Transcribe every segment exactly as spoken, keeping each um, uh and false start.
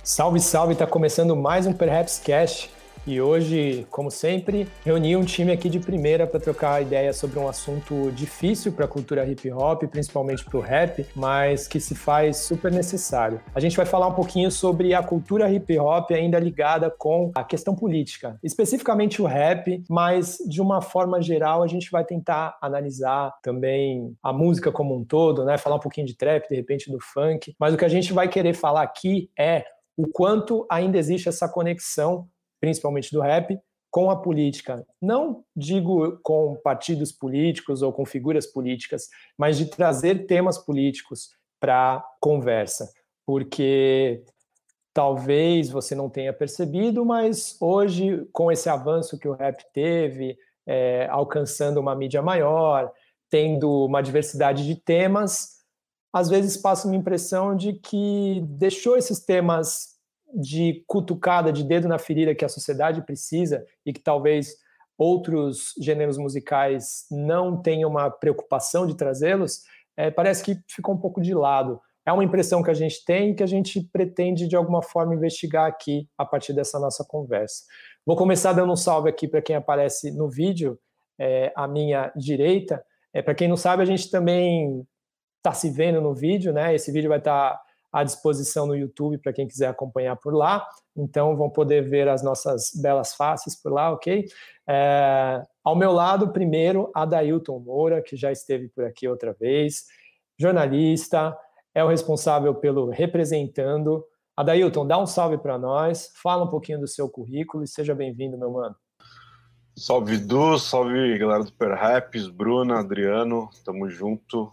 Salve, salve! Tá começando mais um Perhaps Cast e hoje, como sempre, reuni um time aqui de primeira para trocar ideia sobre um assunto difícil para a cultura hip hop, principalmente para o rap, mas que se faz super necessário. A gente vai falar um pouquinho sobre a cultura hip hop ainda ligada com a questão política, especificamente o rap, mas de uma forma geral a gente vai tentar analisar também a música como um todo, né? Falar um pouquinho de trap, de repente do funk, mas o que a gente vai querer falar aqui é o quanto ainda existe essa conexão, principalmente do rap, com a política. Não digo com partidos políticos ou com figuras políticas, mas de trazer temas políticos para a conversa. Porque talvez você não tenha percebido, mas hoje, com esse avanço que o rap teve, é, alcançando uma mídia maior, tendo uma diversidade de temas, às vezes passa uma impressão de que deixou esses temas de cutucada, de dedo na ferida que a sociedade precisa e que talvez outros gêneros musicais não tenham uma preocupação de trazê-los, é, parece que ficou um pouco de lado. É uma impressão que a gente tem e que a gente pretende, de alguma forma, investigar aqui a partir dessa nossa conversa. Vou começar dando um salve aqui para quem aparece no vídeo, é, à minha direita. É, para quem não sabe, a gente também está se vendo no vídeo, né? Esse vídeo vai estar tá à disposição no YouTube para quem quiser acompanhar por lá. Então, vão poder ver as nossas belas faces por lá, ok? É, ao meu lado, primeiro, Adailton Moura, que já esteve por aqui outra vez, jornalista, é o responsável pelo Representando. Adailton, dá um salve para nós, fala um pouquinho do seu currículo e seja bem-vindo, meu mano. Salve, Du, salve, galera do Perhaps, Bruna, Adriano, tamo junto.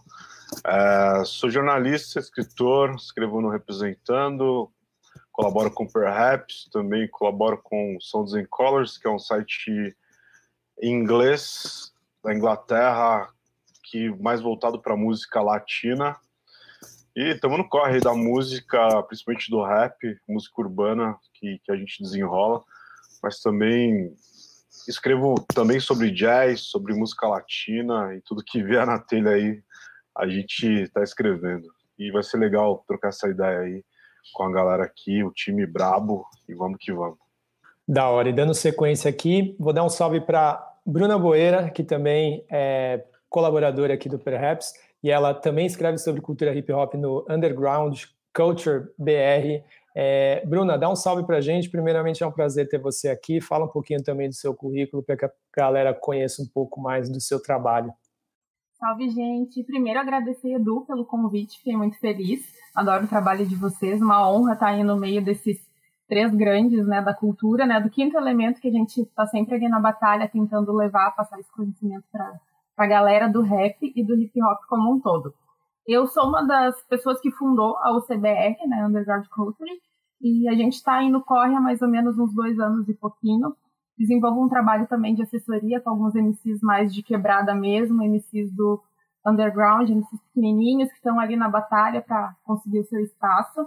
É, sou jornalista, escritor, escrevo no Representando, colaboro com Perhaps, também colaboro com Sounds and Colors, que é um site em inglês da Inglaterra, que mais voltado para música latina. E estamos no corre da música, principalmente do rap, música urbana que, que a gente desenrola, mas também escrevo também sobre jazz, sobre música latina e tudo que vier na telha aí. A gente está escrevendo e vai ser legal trocar essa ideia aí com a galera aqui, o time brabo, e vamos que vamos. Da hora, e dando sequência aqui, vou dar um salve para Bruna Boeira, que também é colaboradora aqui do Perhaps, e ela também escreve sobre cultura hip hop no Underground Culture B R. É, Bruna, dá um salve para a gente, primeiramente é um prazer ter você aqui, fala um pouquinho também do seu currículo para que a galera conheça um pouco mais do seu trabalho. Salve, gente! Primeiro, agradecer, Edu, pelo convite, fiquei muito feliz. Adoro o trabalho de vocês, uma honra estar aí no meio desses três grandes, né, da cultura, né, do quinto elemento que a gente está sempre ali na batalha tentando levar, passar esse conhecimento para a galera do rap e do hip hop como um todo. Eu sou uma das pessoas que fundou a U C B R, né, Underground Culture, e a gente está aí no corre há mais ou menos uns dois anos e pouquinho. Desenvolvo um trabalho também de assessoria com alguns M Cs mais de quebrada mesmo, M Cs do underground, M Cs pequenininhos que estão ali na batalha para conseguir o seu espaço.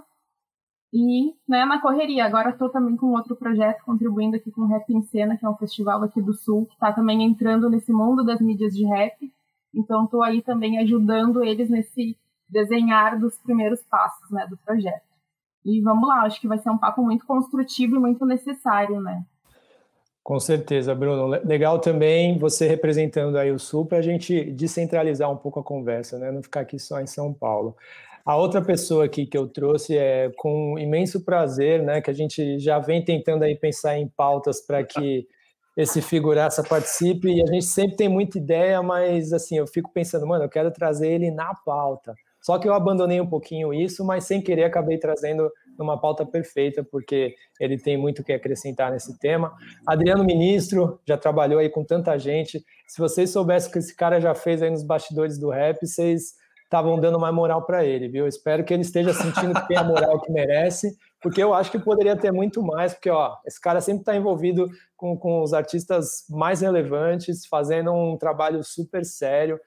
E, né, na correria, agora estou também com outro projeto, contribuindo aqui com o Rap em Cena, que é um festival aqui do Sul, que está também entrando nesse mundo das mídias de rap. Então estou aí também ajudando eles nesse desenhar dos primeiros passos, né, do projeto. E vamos lá, acho que vai ser um papo muito construtivo e muito necessário, né? Com certeza, Bruno. Legal também você representando aí o Sul para a gente descentralizar um pouco a conversa, né? Não ficar aqui só em São Paulo. A outra pessoa aqui que eu trouxe é com imenso prazer, né? Que a gente já vem tentando aí pensar em pautas para que esse figuraça participe e a gente sempre tem muita ideia, mas assim, eu fico pensando, mano, eu quero trazer ele na pauta. Só que eu abandonei um pouquinho isso, mas sem querer acabei trazendo numa pauta perfeita, porque ele tem muito o que acrescentar nesse tema. Adriano Ministro, já trabalhou aí com tanta gente. Se vocês soubessem o que esse cara já fez aí nos bastidores do rap, vocês estavam dando mais moral para ele, viu? Espero que ele esteja sentindo que tem a moral que merece, porque eu acho que poderia ter muito mais, porque ó, esse cara sempre está envolvido com, com os artistas mais relevantes, fazendo um trabalho super sério,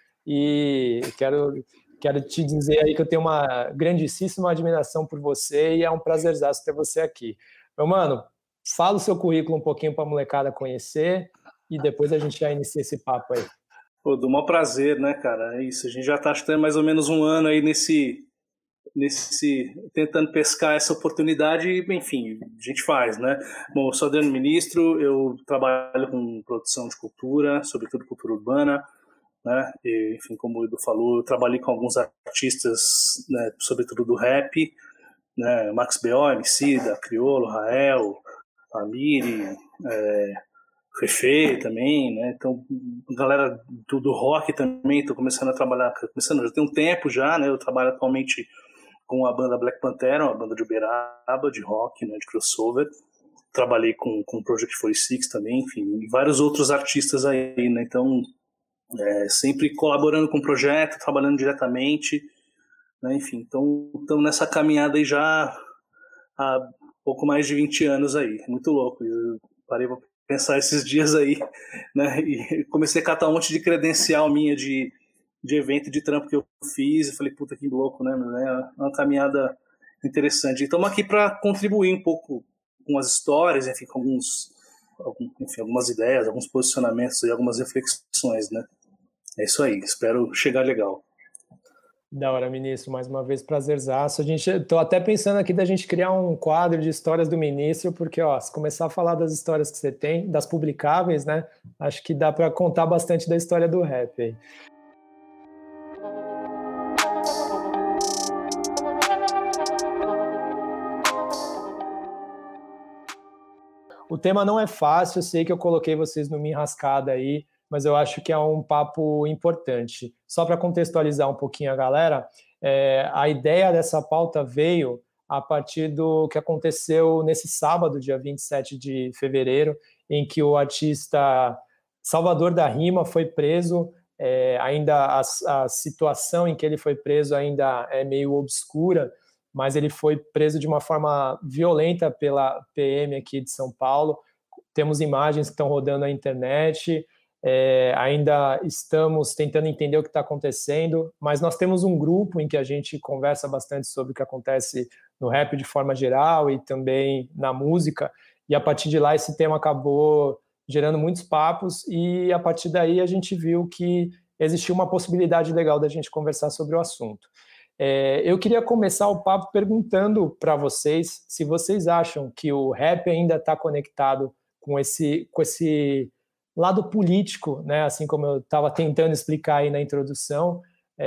e quero... Quero te dizer aí que eu tenho uma grandíssima admiração por você e é um prazerzaço ter você aqui. Meu mano, fala o seu currículo um pouquinho para a molecada conhecer e depois a gente já inicia esse papo aí. Pô, do maior prazer, né, cara? É isso, a gente já tá acho que tem mais ou menos um ano aí nesse, nesse, tentando pescar essa oportunidade, enfim, a gente faz, né? Bom, eu sou Adriano Ministro, eu trabalho com produção de cultura, sobretudo cultura urbana, né? E, enfim, como o Edu falou, eu trabalhei com alguns artistas, né, sobretudo do rap, né? Max B O, Emicida, Criolo, Rael, Amiri, é, Fefe também, né? Então, galera do, do rock também, estou começando a trabalhar, começando, já tem um tempo já, né? Eu trabalho atualmente com a banda Black Pantera, uma banda de Uberaba, de rock, né? De crossover. Trabalhei com, com o Project quarenta e seis também, enfim, e vários outros artistas aí, né? Então, é, sempre colaborando com o projeto, trabalhando diretamente, né? Enfim, então estamos nessa caminhada aí já há pouco mais de vinte anos aí, muito louco. Eu parei para pensar esses dias aí, né? E comecei a catar um monte de credencial minha de, de evento de trampo que eu fiz, e falei, puta, que louco, né? É uma caminhada interessante. E estamos aqui para contribuir um pouco com as histórias, enfim, com alguns, algum, enfim, algumas ideias, alguns posicionamentos e algumas reflexões, né? É isso aí, espero chegar legal. Da hora, ministro, mais uma vez prazerzaço. A gente, tô até pensando aqui da gente criar um quadro de histórias do ministro, porque ó, se começar a falar das histórias que você tem, das publicáveis, né? Acho que dá para contar bastante da história do rap aí. O tema não é fácil, eu sei que eu coloquei vocês numa enrascada aí, mas eu acho que é um papo importante. Só para contextualizar um pouquinho a galera, é, a ideia dessa pauta veio a partir do que aconteceu nesse sábado, dia vinte e sete de fevereiro, em que o artista Salvador da Rima foi preso. É, ainda a, a situação em que ele foi preso ainda é meio obscura, mas ele foi preso de uma forma violenta pela P M aqui de São Paulo. Temos imagens que estão rodando na internet. É, ainda estamos tentando entender o que está acontecendo, mas nós temos um grupo em que a gente conversa bastante sobre o que acontece no rap de forma geral e também na música, e a partir de lá esse tema acabou gerando muitos papos, e a partir daí a gente viu que existia uma possibilidade legal da gente conversar sobre o assunto. É, eu queria começar o papo perguntando para vocês se vocês acham que o rap ainda está conectado com esse, com esse lado político, né? Assim como eu estava tentando explicar aí na introdução.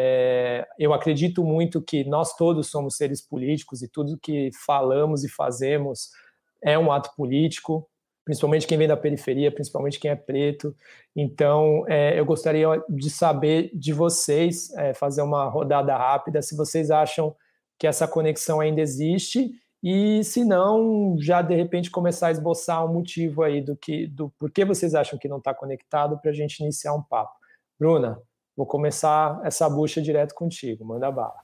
É, eu acredito muito que nós todos somos seres políticos e tudo que falamos e fazemos é um ato político, principalmente quem vem da periferia, principalmente quem é preto. Então, é, eu gostaria de saber de vocês, é, fazer uma rodada rápida, se vocês acham que essa conexão ainda existe, e se não, já de repente começar a esboçar um motivo aí do que, do porquê vocês acham que não está conectado, para a gente iniciar um papo. Bruna, vou começar essa bucha direto contigo, manda bala.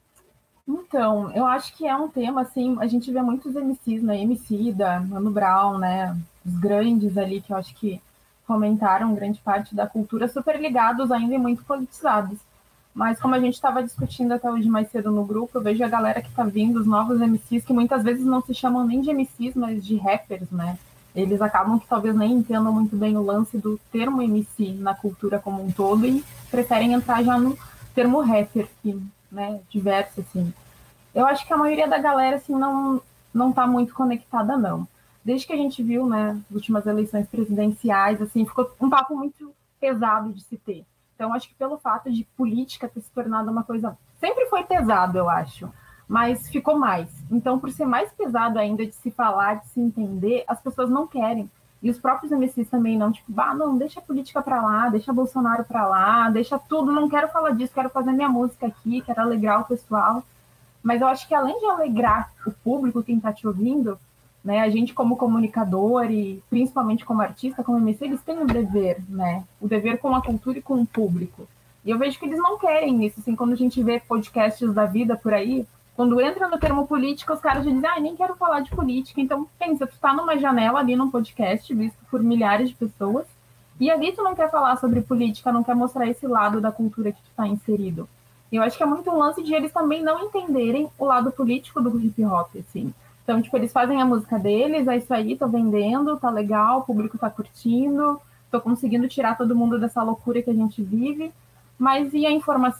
Então, eu acho que é um tema, assim, a gente vê muitos M Cs, né, Emicida, Mano Brown, né, os grandes ali que eu acho que fomentaram grande parte da cultura, super ligados ainda e muito politizados. Mas como a gente estava discutindo até hoje mais cedo no grupo, eu vejo a galera que está vindo, os novos M Cs, que muitas vezes não se chamam nem de M Cs, mas de rappers, né? Eles acabam que talvez nem entendam muito bem o lance do termo M C na cultura como um todo e preferem entrar já no termo rapper, que, né, diverso, assim. Eu acho que a maioria da galera, assim, não, não tá muito conectada, não. Desde que a gente viu, né, as últimas eleições presidenciais, assim, ficou um papo muito pesado de se ter. Então, acho que pelo fato de política ter se tornado uma coisa... Sempre foi pesado, eu acho, mas ficou mais. Então, por ser mais pesado ainda de se falar, de se entender, as pessoas não querem. E os próprios M Cs também não, tipo, bah, não, deixa a política pra lá, deixa Bolsonaro pra lá, deixa tudo, não quero falar disso, quero fazer minha música aqui, quero alegrar o pessoal. Mas eu acho que além de alegrar o público, quem tá te ouvindo, né, a gente como comunicador e principalmente como artista, como M C, eles têm um dever, né? O dever com a cultura e com o público. E eu vejo que eles não querem isso, assim, quando a gente vê podcasts da vida por aí, quando entra no termo política, os caras já dizem, ah, nem quero falar de política. Então, pensa, tu tá numa janela ali num podcast, visto por milhares de pessoas, e ali tu não quer falar sobre política, não quer mostrar esse lado da cultura que tu tá inserido. E eu acho que é muito um lance de eles também não entenderem o lado político do hip hop, assim. Então, tipo, eles fazem a música deles, é isso aí, tô vendendo, tá legal, o público tá curtindo, tô conseguindo tirar todo mundo dessa loucura que a gente vive, mas e a informação?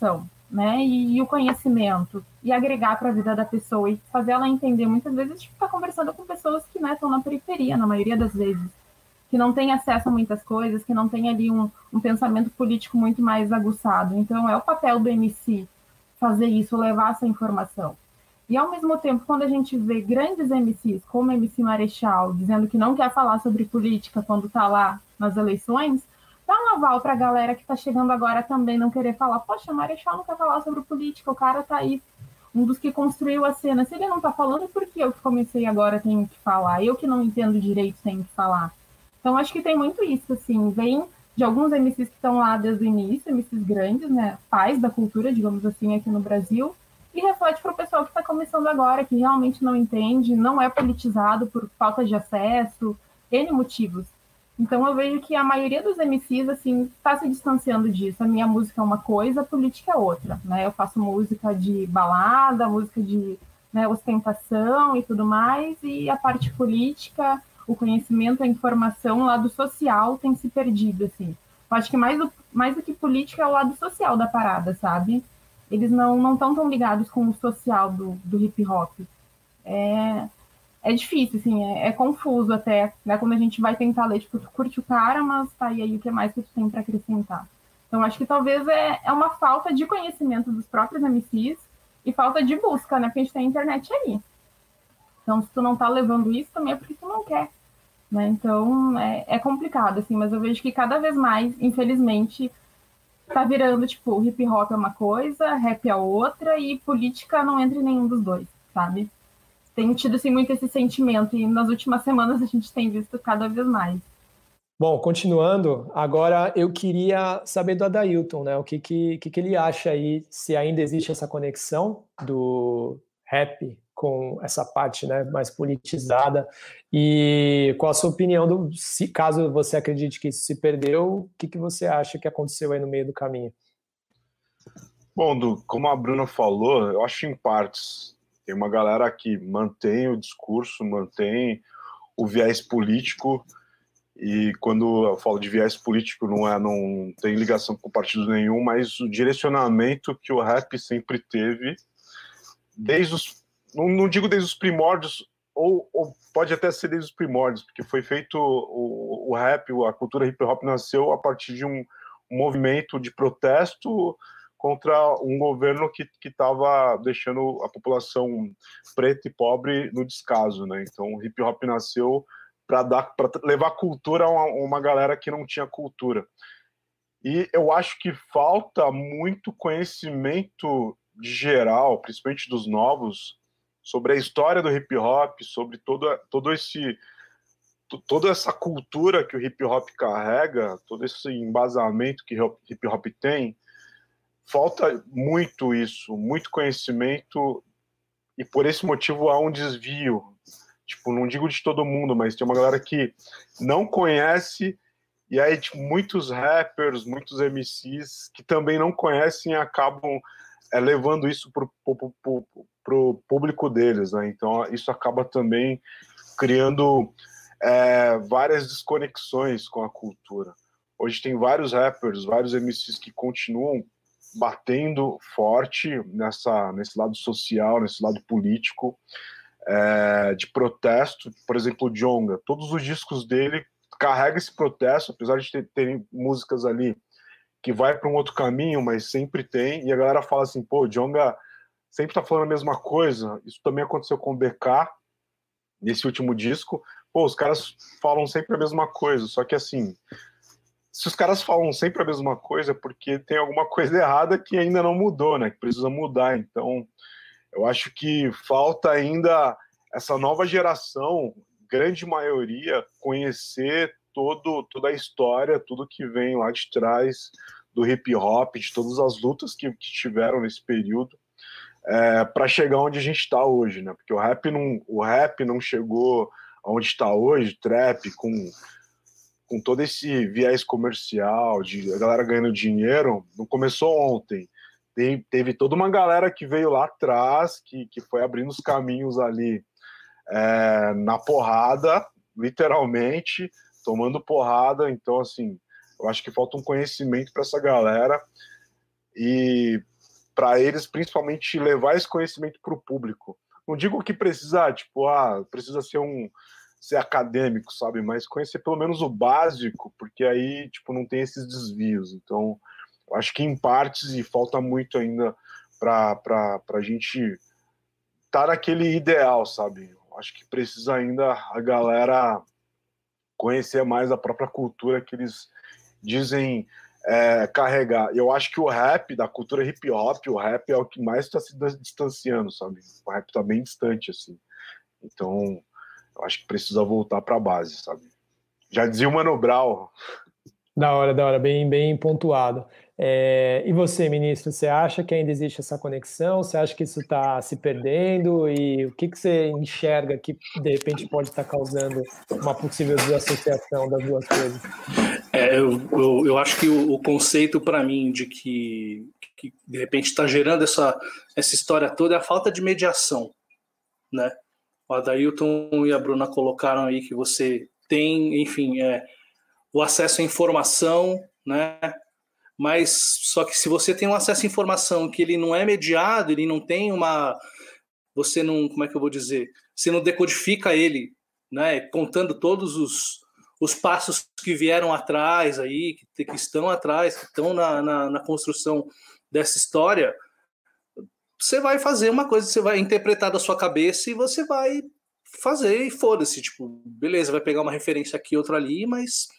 né, e, e o conhecimento, e agregar para a vida da pessoa, e fazer ela entender. Muitas vezes a gente fica conversando com pessoas que, né, estão na periferia, na maioria das vezes, que não têm acesso a muitas coisas, que não têm ali um, um pensamento político muito mais aguçado. Então, é o papel do M C fazer isso, levar essa informação. E, ao mesmo tempo, quando a gente vê grandes M Cs, como M C Marechal, dizendo que não quer falar sobre política quando está lá nas eleições, dá um aval para a galera que está chegando agora também não querer falar. Poxa, Marechal não quer falar sobre política, o cara está aí, um dos que construiu a cena. Se ele não está falando, por que eu que comecei agora tenho que falar? Eu que não entendo direito tenho que falar. Então, acho que tem muito isso, assim, vem de alguns M Cs que estão lá desde o início, M Cs grandes, né, pais da cultura, digamos assim, aqui no Brasil, e reflete para o pessoal que está começando agora, que realmente não entende, não é politizado por falta de acesso, N motivos. Então, eu vejo que a maioria dos M Cs, assim, está se distanciando disso. A minha música é uma coisa, a política é outra, né? Eu faço música de balada, música de, né, ostentação e tudo mais, e a parte política, o conhecimento, a informação, o lado social tem se perdido, assim. Eu acho que mais do, mais do que política é o lado social da parada, sabe? Eles não não estão tão ligados com o social do, do hip hop. É, é difícil, assim, é, é confuso até, né? Quando a gente vai tentar ler, tipo, tu curte o cara, mas tá, e aí o que mais que tu tem para acrescentar? Então, acho que talvez é, é uma falta de conhecimento dos próprios M Cs e falta de busca, né? Porque a gente tem a internet aí. Então, se tu não tá levando isso, também é porque tu não quer. Né? Então, é, é complicado, assim, mas eu vejo que cada vez mais, infelizmente, tá virando, tipo, hip hop é uma coisa, rap é outra, e política não entra em nenhum dos dois, sabe? Tenho tido, assim, muito esse sentimento, e nas últimas semanas a gente tem visto cada vez mais. Bom, continuando, agora eu queria saber do Adailton, né? O que, que, que ele acha aí, se ainda existe essa conexão do rap com essa parte, né, mais politizada, e qual a sua opinião, do, se caso você acredite que isso se perdeu, o que, que você acha que aconteceu aí no meio do caminho? Bom, Du, como a Bruna falou, eu acho em partes. Tem uma galera que mantém o discurso, mantém o viés político, e quando eu falo de viés político, não, é, não tem ligação com partido nenhum, mas o direcionamento que o rap sempre teve, desde os, não, não digo desde os primórdios, ou, ou pode até ser desde os primórdios, porque foi feito o, o rap, a cultura hip hop nasceu a partir de um, um movimento de protesto contra um governo que estava deixando a população preta e pobre no descaso, né? Então o hip hop nasceu para dar, para levar cultura a uma, uma galera que não tinha cultura. E eu acho que falta muito conhecimento geral, principalmente dos novos, sobre a história do hip hop, sobre todo, todo esse, toda essa cultura que o hip hop carrega, todo esse embasamento que o hip hop tem. Falta muito isso, muito conhecimento, e por esse motivo há um desvio. Tipo, não digo de todo mundo, mas tem uma galera que não conhece, e aí tipo, muitos rappers, muitos M Cs que também não conhecem acabam é, levando isso para o público deles, né? Então isso acaba também criando é, várias desconexões com a cultura. Hoje tem vários rappers, vários M Cs que continuam batendo forte nessa, nesse lado social, nesse lado político, é, de protesto. Por exemplo, o Djonga, todos os discos dele carregam esse protesto, apesar de ter, terem músicas ali que vai para um outro caminho, mas sempre tem, e a galera fala assim, pô, o Djonga sempre tá falando a mesma coisa. Isso também aconteceu com o B K, nesse último disco. Pô, os caras falam sempre a mesma coisa, só que assim, se os caras falam sempre a mesma coisa, é porque tem alguma coisa errada que ainda não mudou, né? Que precisa mudar. Então, eu acho que falta ainda essa nova geração, grande maioria, conhecer todo, toda a história, tudo que vem lá de trás do hip hop, de todas as lutas que, que tiveram nesse período, é, para chegar onde a gente está hoje, né? Porque o rap não, o rap não chegou onde está hoje, trap, com com todo esse viés comercial, de a galera ganhando dinheiro, não começou ontem. Tem, teve toda uma galera que veio lá atrás, que, que foi abrindo os caminhos ali é, na porrada, literalmente, tomando porrada. Então, assim, eu acho que falta um conhecimento para essa galera. E para eles, principalmente, levar esse conhecimento para o público. Não digo que precisa, tipo, ah, precisa ser um ser acadêmico, sabe? Mas conhecer pelo menos o básico, porque aí, tipo, não tem esses desvios. Então, eu acho que em partes, e falta muito ainda para a gente estar tá naquele ideal, sabe? Eu acho que precisa ainda a galera conhecer mais a própria cultura que eles dizem é, carregar. Eu acho que o rap, da cultura hip hop, o rap é o que mais está se distanciando, sabe? O rap está bem distante, assim. Então, eu acho que precisa voltar para a base, sabe? Já dizia o Mano Brown. Da hora, da hora, bem, bem pontuado. É, e você, ministro, você acha que ainda existe essa conexão? Você acha que isso está se perdendo? E o que, que você enxerga que, de repente, pode estar causando uma possível desassociação das duas coisas? É, eu, eu, eu acho que o, o conceito, para mim, de que, que, de repente, está gerando essa, essa história toda é a falta de mediação, né? O Adailton e a Bruna colocaram aí que você tem, enfim, é, o acesso à informação, né? Mas só que se você tem um acesso à informação que ele não é mediado, ele não tem uma... Você não... Como é que eu vou dizer? Você não decodifica ele, né? Contando todos os, os passos que vieram atrás aí, que, que estão atrás, que estão na, na, na construção dessa história, você vai fazer uma coisa, você vai interpretar da sua cabeça e você vai fazer e foda-se, tipo, beleza, vai pegar uma referência aqui, outra ali, mas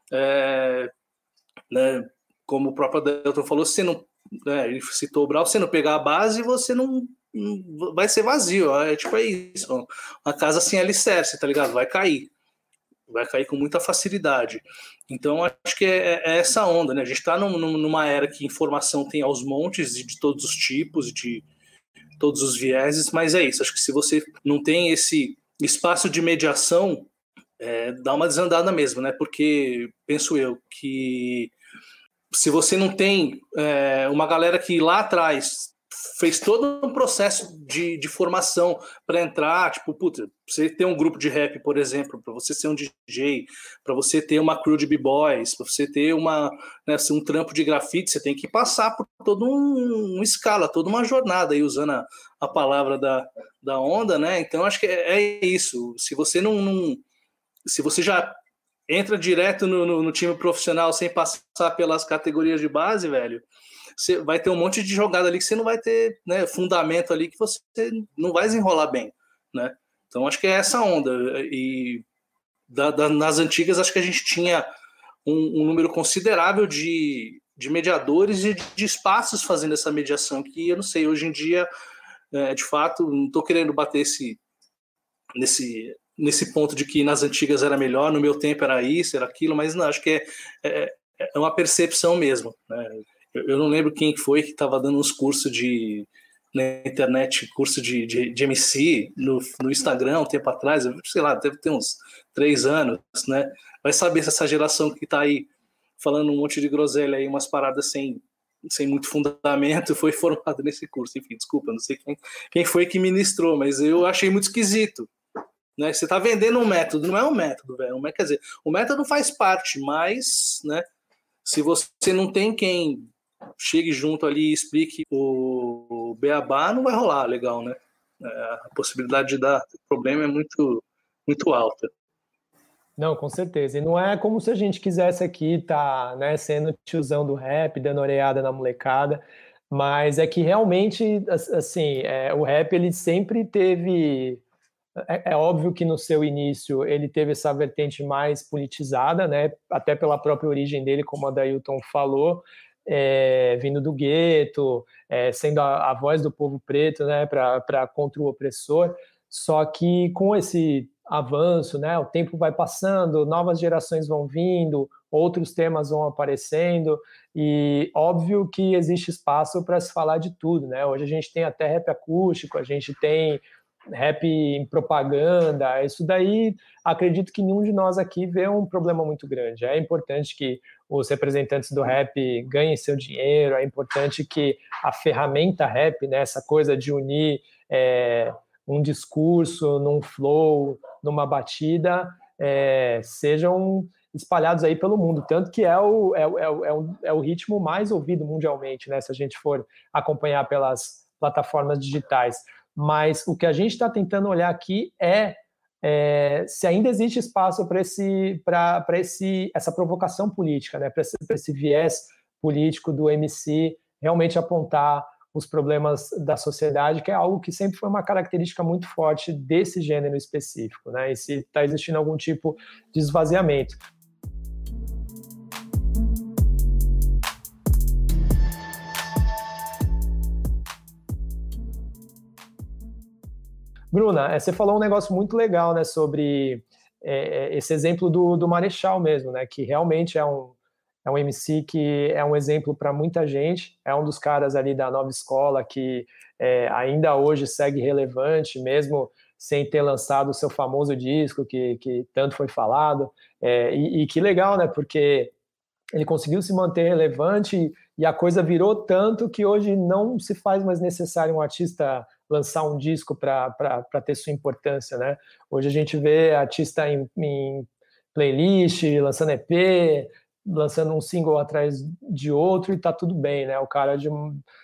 é, né, como o próprio Adelton falou, você não, né, ele citou o Brau, você não pegar a base, você não, não vai ser vazio, é tipo, é isso, uma casa sem alicerce, tá ligado? Vai cair, vai cair com muita facilidade. Então, acho que é, é essa onda, né? A gente está num, numa era que informação tem aos montes, de, de todos os tipos, de todos os vieses, mas é isso, acho que se você não tem esse espaço de mediação, é, dá uma desandada mesmo, né? Porque, penso eu, que se você não tem é, uma galera que lá atrás fez todo um processo de, de formação para entrar, tipo, puta, você ter um grupo de rap, por exemplo, para você ser um D J, para você ter uma crew de b-boys, para você ter uma, né, um trampo de grafite, você tem que passar por todo um, um escala, toda uma jornada, aí usando a, a palavra da, da onda, né? Então, acho que é, é isso. Se você não, não... Se você já entra direto no, no, no time profissional sem passar pelas categorias de base, velho, você vai ter um monte de jogada ali que você não vai ter, né, fundamento ali que você não vai desenrolar bem, né? Então acho que é essa onda. E da, da, nas antigas acho que a gente tinha um, um número considerável de, de mediadores e de, de espaços fazendo essa mediação, que eu não sei, hoje em dia, é, de fato, não estou querendo bater esse, nesse, nesse ponto de que nas antigas era melhor, no meu tempo era isso, era aquilo, mas não, acho que é, é, é uma percepção mesmo, né? Eu não lembro quem foi que estava dando uns cursos de, na internet, curso de, de, de M C no, no Instagram um tempo atrás, sei lá, deve ter uns três anos, né? Vai saber se essa geração que está aí falando um monte de groselha aí, umas paradas sem, sem muito fundamento, foi formada nesse curso. Enfim, desculpa, não sei quem, quem foi que ministrou, mas eu achei muito esquisito. Né? Você está vendendo um método, não é um método, velho. Um, quer dizer, o método faz parte, mas, né, se você não tem quem chegue junto ali e explique o beabá, não vai rolar legal, né? A possibilidade de dar problema é muito, muito alta. Não, com certeza. E não é como se a gente quisesse aqui estar, tá, né, sendo tiozão do rap, dando oreada na molecada, mas é que realmente, assim, é, o rap ele sempre teve... É, é óbvio que no seu início ele teve essa vertente mais politizada, né? Até pela própria origem dele, como a Dailton falou, É, vindo do gueto, é, sendo a, a voz do povo preto, né, para contra o opressor. Só que com esse avanço, né, o tempo vai passando, novas gerações vão vindo, outros temas vão aparecendo, e óbvio que existe espaço para se falar de tudo, né? Hoje a gente tem até rap acústico, a gente tem rap em propaganda, isso daí acredito que nenhum de nós aqui vê um problema muito grande. É importante que os representantes do rap ganhem seu dinheiro, é importante que a ferramenta rap, né, essa coisa de unir é, um discurso num flow, numa batida, é, sejam espalhados aí pelo mundo, tanto que é o, é, é, é, o, é o ritmo mais ouvido mundialmente, né, se a gente for acompanhar pelas plataformas digitais. Mas o que a gente está tentando olhar aqui é, é se ainda existe espaço para esse, para esse, essa provocação política, né, para esse, para esse viés político do M C realmente apontar os problemas da sociedade, que é algo que sempre foi uma característica muito forte desse gênero específico, né? E se está existindo algum tipo de esvaziamento. Bruna, você falou um negócio muito legal, né, sobre é, esse exemplo do, do Marechal mesmo, né, que realmente é um, é um M C que é um exemplo para muita gente, é um dos caras ali da nova escola que é, ainda hoje segue relevante, mesmo sem ter lançado o seu famoso disco que, que tanto foi falado, é, e, e que legal, né, porque ele conseguiu se manter relevante e a coisa virou tanto que hoje não se faz mais necessário um artista lançar um disco para ter sua importância, né? Hoje a gente vê artista em, em playlist, lançando E P, lançando um single atrás de outro e tá tudo bem, né? O cara, de,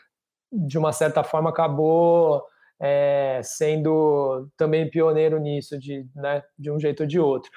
de uma certa forma, acabou é, sendo também pioneiro nisso, de, né, de um jeito ou de outro.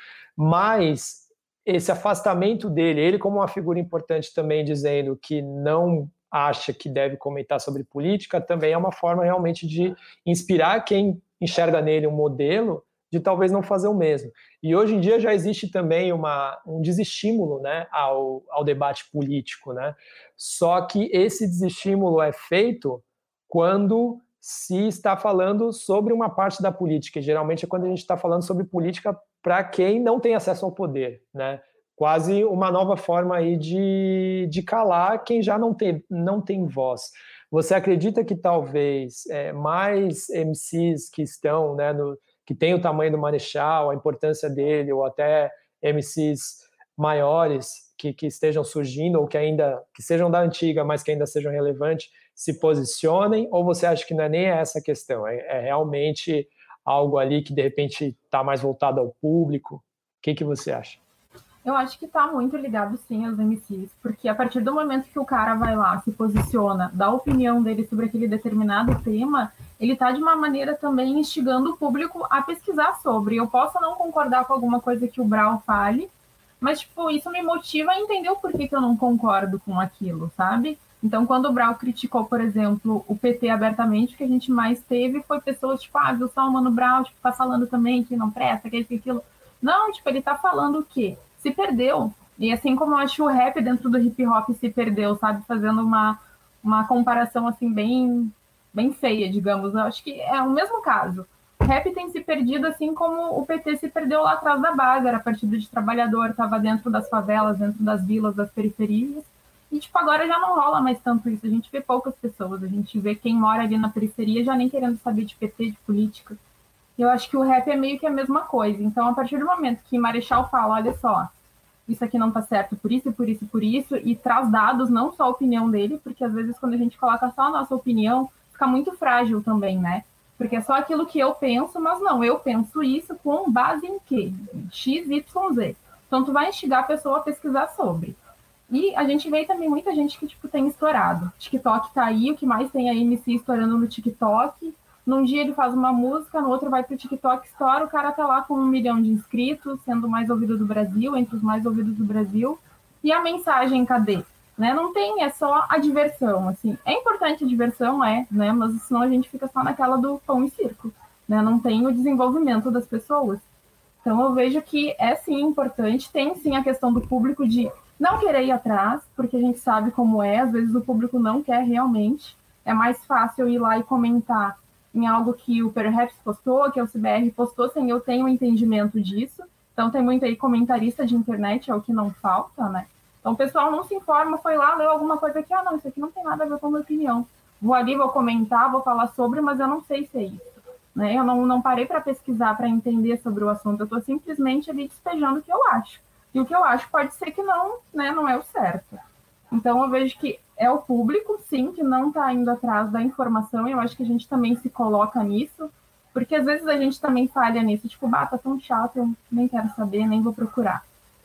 Mas esse afastamento dele, ele como uma figura importante também dizendo que não acha que deve comentar sobre política, também é uma forma realmente de inspirar quem enxerga nele um modelo de talvez não fazer o mesmo. E hoje em dia já existe também uma, um desestímulo, né, ao, ao debate político, né? Só que esse desestímulo é feito quando se está falando sobre uma parte da política, e geralmente é quando a gente está falando sobre política para quem não tem acesso ao poder, né? Quase uma nova forma aí de, de calar quem já não tem, não tem voz. Você acredita que talvez é, mais M Cs que estão, né, no, que tem o tamanho do Marechal, a importância dele, ou até M Cs maiores que, que estejam surgindo, ou que ainda que sejam da antiga, mas que ainda sejam relevantes, se posicionem? Ou você acha que não é nem essa a questão? É, é realmente algo ali que de repente está mais voltado ao público? O que, que você acha? Eu acho que está muito ligado, sim, aos M Cs, porque a partir do momento que o cara vai lá, se posiciona, dá a opinião dele sobre aquele determinado tema, ele está, de uma maneira, também instigando o público a pesquisar sobre. Eu posso não concordar com alguma coisa que o Brau fale, mas, tipo, isso me motiva a entender o porquê que eu não concordo com aquilo, sabe? Então, quando o Brau criticou, por exemplo, o P T abertamente, o que a gente mais teve foi pessoas, tipo, ah, viu só o Mano Brown, tipo, tá falando também que não presta, que isso, que aquilo. Não, tipo, ele tá falando o quê? Se perdeu. E assim como eu acho o rap dentro do hip hop se perdeu, sabe? Fazendo uma, uma comparação, assim, bem, bem feia, digamos. Eu acho que é o mesmo caso. O rap tem se perdido, assim como o P T se perdeu lá atrás da base. Era partido de trabalhador, estava dentro das favelas, dentro das vilas, das periferias. E, tipo, agora já não rola mais tanto isso. A gente vê poucas pessoas. A gente vê quem mora ali na periferia já nem querendo saber de P T, de política. Eu acho que o rap é meio que a mesma coisa. Então, a partir do momento que Marechal fala, olha só, isso aqui não tá certo por isso, por isso, por isso, e traz dados, não só a opinião dele, porque às vezes quando a gente coloca só a nossa opinião, fica muito frágil também, né? Porque é só aquilo que eu penso, mas não, eu penso isso com base em quê? X, Y, Z. Então, tu vai instigar a pessoa a pesquisar sobre. E a gente vê também muita gente que, tipo, tem estourado. TikTok tá aí, o que mais tem é M C estourando no TikTok. Num dia ele faz uma música, no outro vai pro TikTok, estoura, o cara tá lá com um milhão de inscritos, sendo o mais ouvido do Brasil, entre os mais ouvidos do Brasil. E a mensagem, cadê? Né? Não tem, é só a diversão, assim. É importante a diversão, é, né? Mas senão a gente fica só naquela do pão e circo, né? Não tem o desenvolvimento das pessoas. Então eu vejo que é sim importante, tem sim a questão do público de não querer ir atrás, porque a gente sabe como é, às vezes o público não quer realmente. É mais fácil ir lá e comentar em algo que o Perhaps postou, que o C B R postou, sem eu ter um entendimento disso. Então tem muito aí comentarista de internet, é o que não falta, né? Então o pessoal não se informa, foi lá, leu alguma coisa que, ah, não, isso aqui não tem nada a ver com a minha opinião. Vou ali, vou comentar, vou falar sobre, mas eu não sei se é isso. Né? Eu não, não parei para pesquisar, para entender sobre o assunto, eu estou simplesmente ali despejando o que eu acho. E o que eu acho pode ser que não, né, não é o certo. Então eu vejo que é o público, sim, que não está indo atrás da informação, e eu acho que a gente também se coloca nisso, porque às vezes a gente também falha nisso, tipo, bah, tá tão chato, eu nem quero saber, nem vou procurar.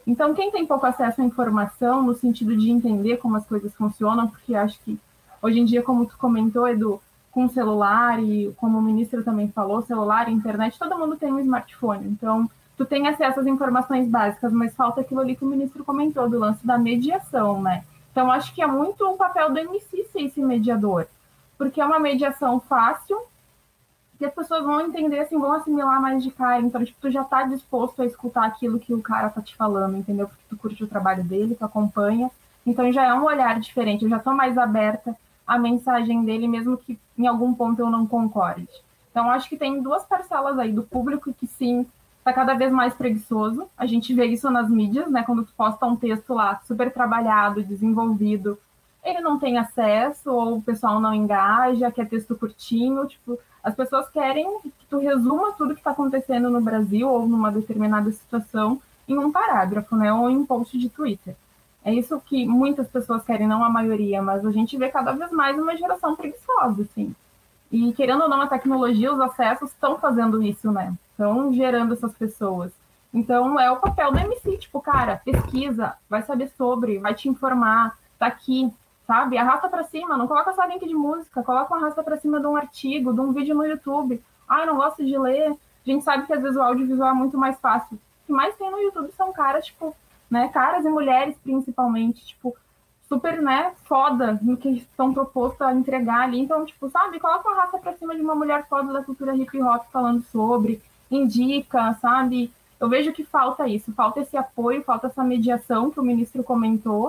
Então, quem tem pouco acesso à informação, no sentido de entender como as coisas funcionam, porque acho que hoje em dia, como tu comentou, Edu, com celular e como o ministro também falou, celular, internet, todo mundo tem um smartphone. Então, tu tem acesso às informações básicas, mas falta aquilo ali que o ministro comentou, do lance da mediação, né? Então, acho que é muito o papel do M C ser esse mediador, porque é uma mediação fácil, que as pessoas vão entender, assim, vão assimilar mais de cara. Então, tipo, tu já tá disposto a escutar aquilo que o cara tá te falando, entendeu? Porque tu curte o trabalho dele, tu acompanha. Então, já é um olhar diferente, eu já tô mais aberta à mensagem dele, mesmo que em algum ponto eu não concorde. Então, acho que tem duas parcelas aí do público que, sim, tá cada vez mais preguiçoso. A gente vê isso nas mídias, né? Quando tu posta um texto lá super trabalhado, desenvolvido, ele não tem acesso, ou o pessoal não engaja, quer texto curtinho, tipo, as pessoas querem que tu resuma tudo que está acontecendo no Brasil ou numa determinada situação em um parágrafo, né, ou em um post de Twitter. É isso que muitas pessoas querem, não a maioria, mas a gente vê cada vez mais uma geração preguiçosa, assim. E, querendo ou não, a tecnologia, os acessos estão fazendo isso, né? Estão gerando essas pessoas. Então, é o papel do M C, tipo, cara, pesquisa, vai saber sobre, vai te informar, tá aqui, sabe? Arrasta para cima, não coloca só link de música, coloca uma arrasta para cima de um artigo, de um vídeo no YouTube. Ai, não gosto de ler. A gente sabe que às vezes o audiovisual é muito mais fácil. O que mais tem no YouTube são caras, tipo, né, caras e mulheres principalmente, tipo, super, né, foda no que estão propostos a entregar ali. Então, tipo, sabe, coloca uma arrasta para cima de uma mulher foda da cultura hip hop falando sobre, indica, sabe? Eu vejo que falta isso, falta esse apoio, falta essa mediação que o ministro comentou.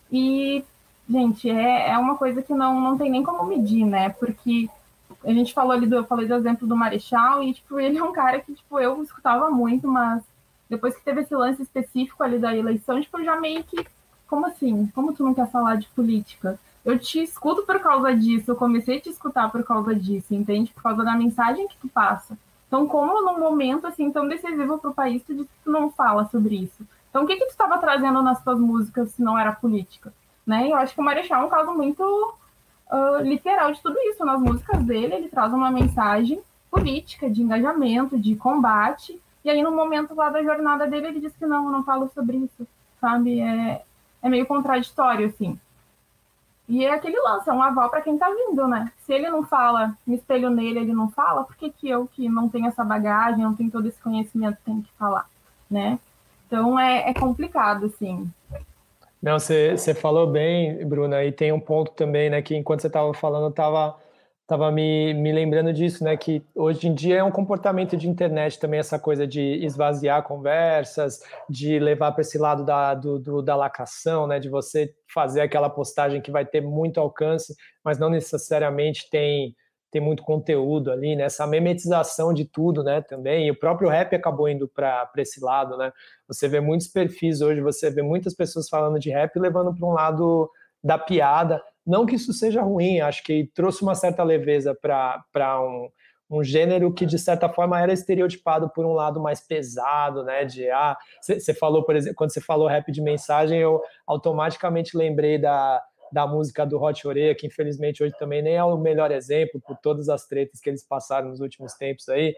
E gente, é, é uma coisa que não, não tem nem como medir, né? Porque a gente falou ali do, eu falei do exemplo do Marechal e, tipo, ele é um cara que, tipo, eu escutava muito, mas depois que teve esse lance específico ali da eleição, tipo, eu já meio que, como assim? Como tu não quer falar de política? Eu te escuto por causa disso, eu comecei a te escutar por causa disso, entende? Por causa da mensagem que tu passa. Então, como num momento, assim, tão decisivo para o país, tu disse que tu não fala sobre isso? Então, o que que tu estava trazendo nas tuas músicas se não era política? Né? Eu acho que o Marechal é um caso muito uh, literal de tudo isso. Nas músicas dele, ele traz uma mensagem política, de engajamento, de combate, e aí no momento lá da jornada dele, ele diz que não, eu não falo sobre isso, sabe? É, é meio contraditório, assim. E é aquele lance, é um aval para quem tá vindo, né? Se ele não fala, me espelho nele, ele não fala, por que que eu, que não tenho essa bagagem, não tenho todo esse conhecimento, tenho que falar, né? Então é, é complicado, assim. Não, você, você falou bem, Bruna, e tem um ponto também, né, que enquanto você estava falando, eu estava tava me, me lembrando disso, né, que hoje em dia é um comportamento de internet também, essa coisa de esvaziar conversas, de levar para esse lado da, do, do, da lacração, né, de você fazer aquela postagem que vai ter muito alcance, mas não necessariamente tem... tem muito conteúdo ali, né? Essa memetização de tudo, né? Também, e o próprio rap acabou indo para esse lado, né? Você vê muitos perfis hoje, você vê muitas pessoas falando de rap levando para um lado da piada. Não que isso seja ruim, acho que trouxe uma certa leveza para um, um gênero que, de certa forma, era estereotipado por um lado mais pesado, né? De, ah, você falou, por exemplo, quando você falou rap de mensagem, eu automaticamente lembrei da da música do Hot Oreia, que infelizmente hoje também nem é o melhor exemplo por todas as tretas que eles passaram nos últimos tempos aí,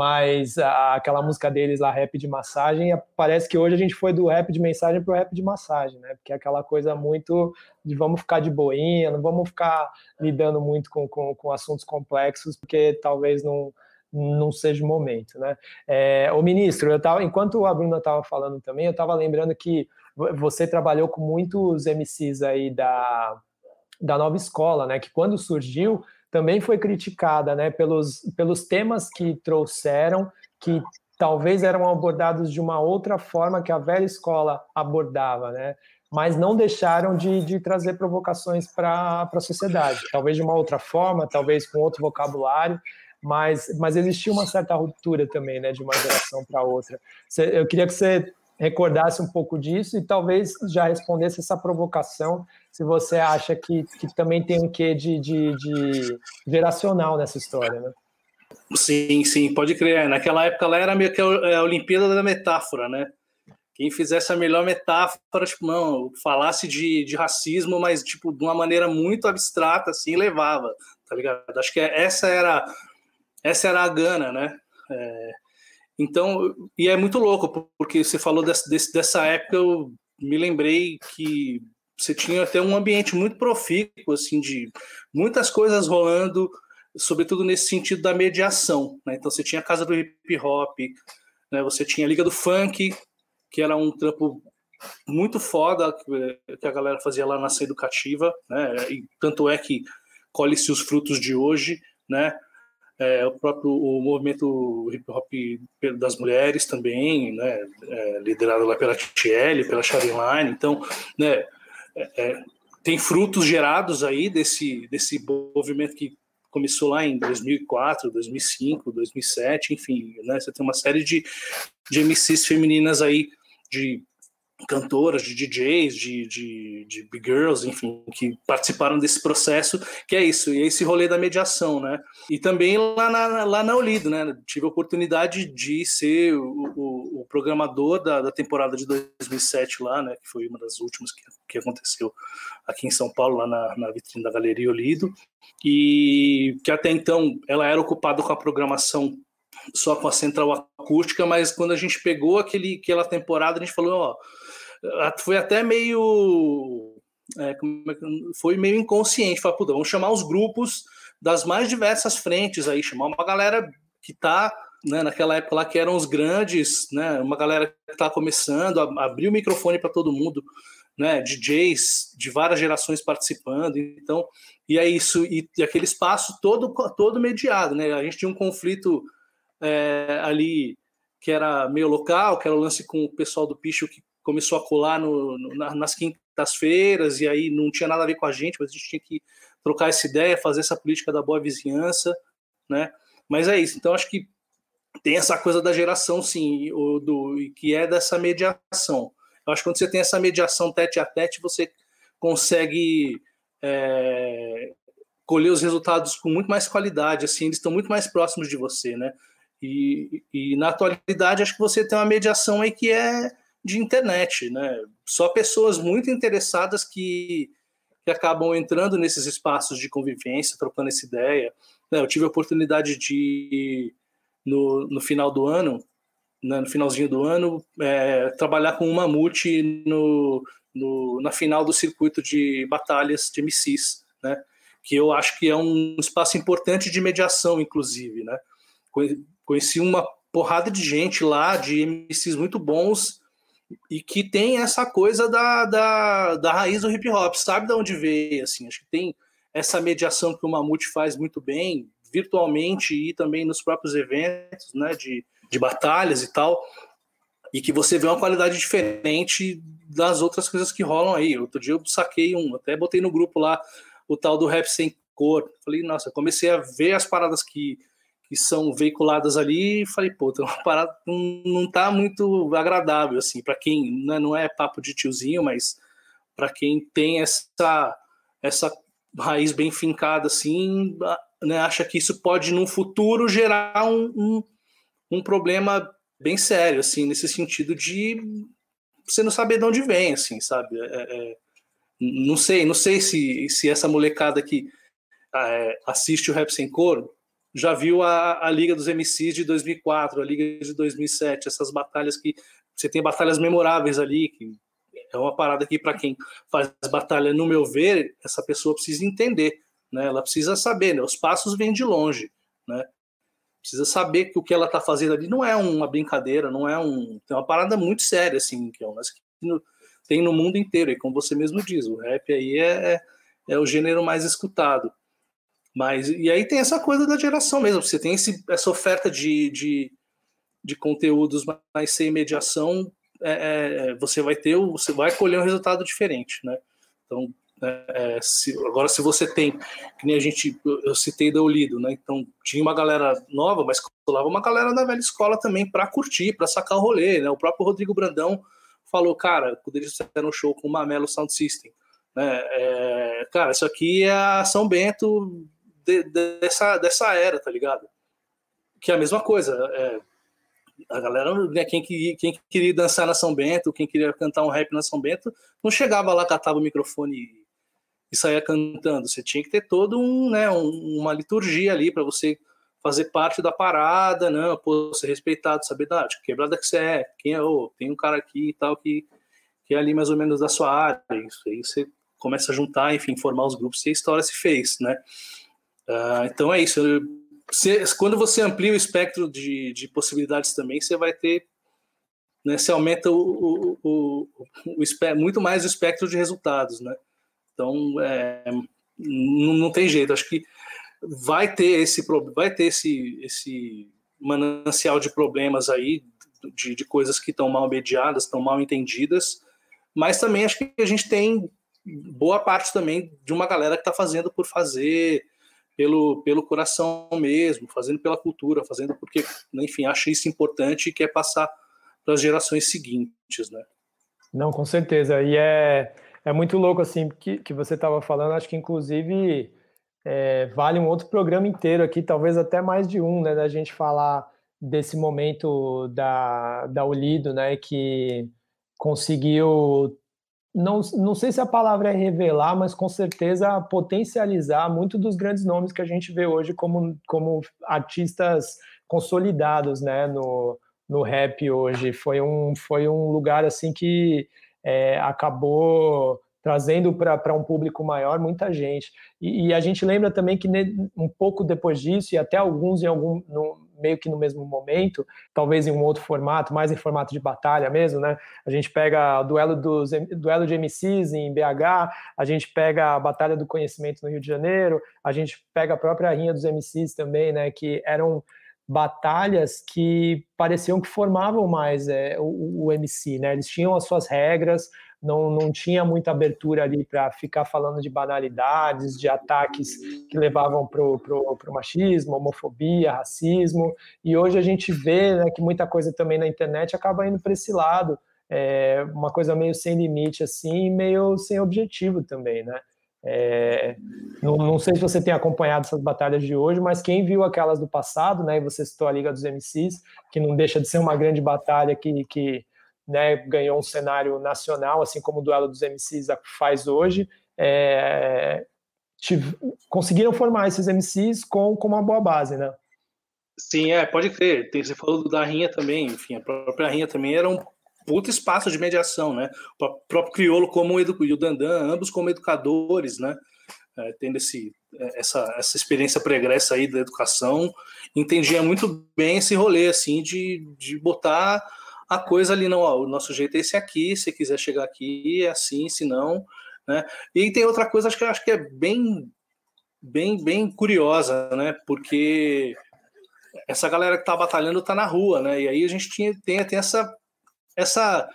mas a, aquela música deles lá, rap de massagem, parece que hoje a gente foi do rap de mensagem pro rap de massagem, né? Porque é aquela coisa muito de vamos ficar de boinha, não vamos ficar lidando muito com, com, com assuntos complexos, porque talvez não não seja o momento, né? É, o ministro, eu tava, enquanto a Bruna estava falando também, eu estava lembrando que você trabalhou com muitos M Cs aí da, da nova escola, né? Que quando surgiu também foi criticada, né? Pelos, pelos temas que trouxeram, que talvez eram abordados de uma outra forma que a velha escola abordava, né? Mas não deixaram de, de trazer provocações para a sociedade. Talvez de uma outra forma, talvez com outro vocabulário, mas, mas existia uma certa ruptura também, né? De uma geração para outra. Eu queria que você recordasse um pouco disso e talvez já respondesse essa provocação, se você acha que, que também tem um quê de, de, de geracional nessa história, né? Sim, sim, pode crer. Naquela época lá era meio que a Olimpíada da metáfora, né? Quem fizesse a melhor metáfora, tipo, não, falasse de, de racismo, mas tipo, de uma maneira muito abstrata, assim, levava, tá ligado? Acho que essa era, essa era a gana, né? É, Então, e é muito louco, porque você falou dessa, dessa época, eu me lembrei que você tinha até um ambiente muito profícuo, assim, de muitas coisas rolando, sobretudo nesse sentido da mediação, né? Então você tinha a Casa do Hip Hop, né? Você tinha a Liga do Funk, que era um trampo muito foda que a galera fazia lá na Cena Educativa, né? E tanto é que colhe-se os frutos de hoje, né? É, o próprio o movimento hip hop das mulheres também, né? É, liderado lá pela T L, pela Sharon, então, né? É, é, tem frutos gerados aí desse, desse movimento que começou lá em dois mil e quatro, dois mil e cinco, dois mil e sete, enfim, né? Você tem uma série de, de M Cs femininas aí, de cantoras, de D Js, de, de, de big girls, enfim, que participaram desse processo, que é isso, e esse rolê da mediação, né? E também lá na, lá na Olido, né? Tive a oportunidade de ser o, o, o programador da, da temporada de dois mil e sete lá, né? Que foi uma das últimas que, que aconteceu aqui em São Paulo, lá na, na vitrine da Galeria Olido, e que até então ela era ocupada com a programação só com a central acústica, mas quando a gente pegou aquele, aquela temporada, a gente falou, ó, foi até meio é, como é que, foi meio inconsciente, falou, puta, vamos chamar os grupos das mais diversas frentes aí, chamar uma galera que tá, né, naquela época lá que eram os grandes, né, uma galera que tá começando, abrir o microfone para todo mundo, né, D Js de várias gerações participando, então, e é isso, e, e aquele espaço todo, todo mediado, né, a gente tinha um conflito É, ali que era meio local, que era o lance com o pessoal do Picho que começou a colar no, no, nas quintas-feiras, e aí não tinha nada a ver com a gente, mas a gente tinha que trocar essa ideia, fazer essa política da boa vizinhança, né? Mas é isso, então acho que tem essa coisa da geração, sim, o, do, que é dessa mediação. Eu acho que quando você tem essa mediação tete a tete, você consegue é, colher os resultados com muito mais qualidade, assim, eles estão muito mais próximos de você, né? E, e na atualidade acho que você tem uma mediação aí que é de internet, né? Só pessoas muito interessadas que, que acabam entrando nesses espaços de convivência, trocando essa ideia. Eu tive a oportunidade de, no, no final do ano, né, no finalzinho do ano, é, trabalhar com o Mamute no, no, na final do circuito de batalhas de M Cs, né? Que eu acho que é um espaço importante de mediação, inclusive, né? Conheci uma porrada de gente lá, de M Cs muito bons, e que tem essa coisa da, da, da raiz do hip hop, sabe de onde veio, assim, acho que tem essa mediação que o Mamute faz muito bem, virtualmente e também nos próprios eventos, né, de, de batalhas e tal, e que você vê uma qualidade diferente das outras coisas que rolam aí. Outro dia eu saquei um, até botei no grupo lá, o tal do rap sem cor, falei, nossa, comecei a ver as paradas que que são veiculadas ali, e falei, pô, tem uma parada não, não tá muito agradável, assim, para quem, né, não é papo de tiozinho, mas para quem tem essa, essa raiz bem fincada, assim, né, acha que isso pode, no futuro, gerar um, um, um problema bem sério, assim, nesse sentido de você não saber de onde vem, assim, sabe? É, é, não sei, não sei se, se essa molecada que é, assiste o Rap Sem Cor já viu a, a Liga dos M Cs de dois mil e quatro, a Liga de dois mil e sete, essas batalhas que você tem batalhas memoráveis ali, que é uma parada que para quem faz batalha, no meu ver, essa pessoa precisa entender, né? Ela precisa saber, né? Os passos vêm de longe, né? Precisa saber que o que ela está fazendo ali não é uma brincadeira, não é um, tem uma parada muito séria, assim, que é um, que tem no mundo inteiro, e como você mesmo diz, o rap aí é, é o gênero mais escutado. Mas, e aí tem essa coisa da geração mesmo, você tem esse, essa oferta de, de, de conteúdos mais sem mediação, é, é, você vai ter, você vai colher um resultado diferente, né? Então, é, se, agora se você tem, que nem a gente, eu citei da Olido, né? Então tinha uma galera nova, mas colava uma galera da velha escola também para curtir, para sacar o rolê, né? O próprio Rodrigo Brandão falou, cara, quando eles fizeram um show com o Mamelo Sound System, né? É, cara, isso aqui é a São Bento de, de, dessa, dessa era, tá ligado? Que é a mesma coisa, é, a galera, né, quem, queria, quem queria dançar na São Bento, quem queria cantar um rap na São Bento, não chegava lá, catava o microfone e, e saía cantando. Você tinha que ter todo um, né, um, uma liturgia ali para você fazer parte da parada, não, pô, ser respeitado, saber da que quebrada que você é, quem é, oh, tem um cara aqui e tal que, que é ali mais ou menos da sua área, isso aí você começa a juntar, enfim, formar os grupos e a história se fez, né? Uh, então é isso, você, quando você amplia o espectro de, de possibilidades também, você vai ter, né, você aumenta o, o, o, o, o, muito mais o espectro de resultados, né? Então, é, não, não tem jeito, acho que vai ter esse, vai ter esse, esse manancial de problemas aí, de, de coisas que estão mal mediadas, estão mal entendidas, mas também acho que a gente tem boa parte também de uma galera que está fazendo por fazer, pelo, pelo coração mesmo, fazendo pela cultura, fazendo porque, enfim, acha isso importante e quer passar para as gerações seguintes, né? Não, com certeza. E é, é muito louco, assim, que, que você estava falando, acho que, inclusive, é, vale um outro programa inteiro aqui, talvez até mais de um, né, da gente falar desse momento da, da Ulido, né, que conseguiu, não, não sei se a palavra é revelar, mas com certeza potencializar muito dos grandes nomes que a gente vê hoje como, como artistas consolidados, né, no, no rap hoje. Foi um, foi um lugar assim que é, acabou trazendo para um público maior muita gente. E, e a gente lembra também que ne, um pouco depois disso, e até alguns em algum, no, meio que no mesmo momento, talvez em um outro formato, mais em formato de batalha mesmo, né? A gente pega o duelo, dos, duelo de M Cs em B H, a gente pega a Batalha do Conhecimento no Rio de Janeiro, a gente pega a própria Rinha dos M Cs também, né? Que eram batalhas que pareciam que formavam mais é, o, o M C, né? Eles tinham as suas regras, não, não tinha muita abertura ali para ficar falando de banalidades, de ataques que levavam para o machismo, homofobia, racismo, e hoje a gente vê, né, que muita coisa também na internet acaba indo para esse lado, é, uma coisa meio sem limite, assim, meio sem objetivo também, né? É, não, não sei se você tem acompanhado essas batalhas de hoje, mas quem viu aquelas do passado, né, e você citou a Liga dos M Cs, que não deixa de ser uma grande batalha que, que né, ganhou um cenário nacional, assim como o duelo dos M Cs faz hoje, é, tive, conseguiram formar esses M Cs com, com uma boa base, né? Sim, é, pode crer. Tem, você falou da Rinha também, enfim, a própria Rinha também era um puto espaço de mediação, né? O próprio Criolo como edu, e o Dandan, ambos como educadores, né? É, tendo esse, essa, essa experiência pregressa aí da educação, entendia muito bem esse rolê, assim, de, de botar a coisa ali, não, ó, o nosso jeito é esse aqui, se quiser chegar aqui, é assim, se não, né? E tem outra coisa, acho que, acho que é bem, bem, bem curiosa, né? Porque essa galera que tá batalhando tá na rua, né? E aí a gente tinha, tem, tem essa, essa,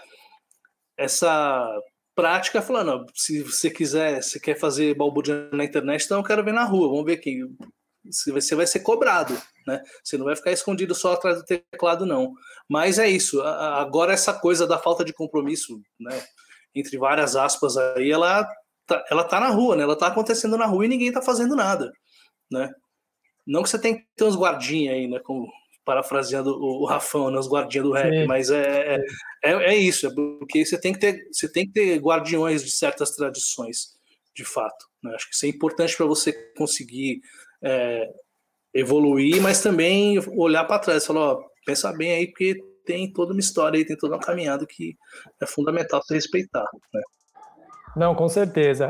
essa prática falando, ó, se você quiser, se quer fazer balbúrdia na internet, então eu quero ver na rua, vamos ver quem... Você vai ser cobrado, né? Você não vai ficar escondido só atrás do teclado, não. Mas é isso. Agora essa coisa da falta de compromisso, né? Entre várias aspas aí, ela tá, ela tá na rua, né? Ela tá acontecendo na rua e ninguém tá fazendo nada, né? Não que você tem que ter uns guardinhas aí, né? Como parafraseando o Rafão, né? Os guardinhas do rap, sim, mas é, é, é, é isso. É porque você tem que ter, você tem que ter guardiões de certas tradições, de fato, né? Acho que isso é importante para você conseguir É, evoluir, mas também olhar para trás e falar, ó, pensa bem aí, porque tem toda uma história aí, tem toda uma caminhada que é fundamental se respeitar, né? Não, com certeza.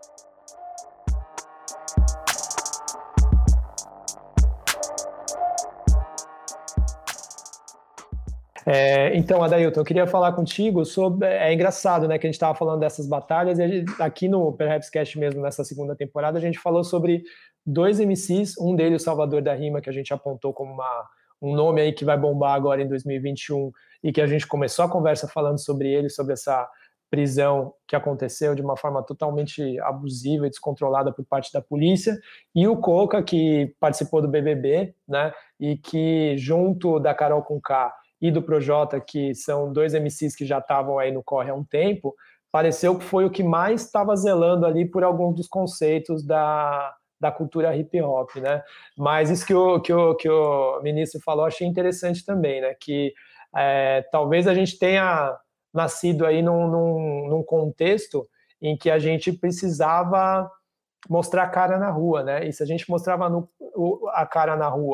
É, então, Adailton, eu queria falar contigo sobre... É engraçado, né, que a gente estava falando dessas batalhas, e a gente, aqui no Perhapscast mesmo, nessa segunda temporada, a gente falou sobre dois M Cs, um deles, o Salvador da Rima, que a gente apontou como uma, um nome aí que vai bombar agora em dois mil e vinte e um, e que a gente começou a conversa falando sobre ele, sobre essa prisão que aconteceu de uma forma totalmente abusiva e descontrolada por parte da polícia, e o Coca, que participou do B B B, né, e que junto da Carol Conká e do Projota, que são dois M Cs que já estavam aí no corre há um tempo, pareceu que foi o que mais estava zelando ali por alguns dos conceitos da, da cultura hip hop, né? Mas isso que o, que o, que o ministro falou, achei interessante também, né? Que é, talvez a gente tenha nascido aí num, num, num contexto em que a gente precisava mostrar a cara na rua, né? E se a gente mostrava no, a cara na rua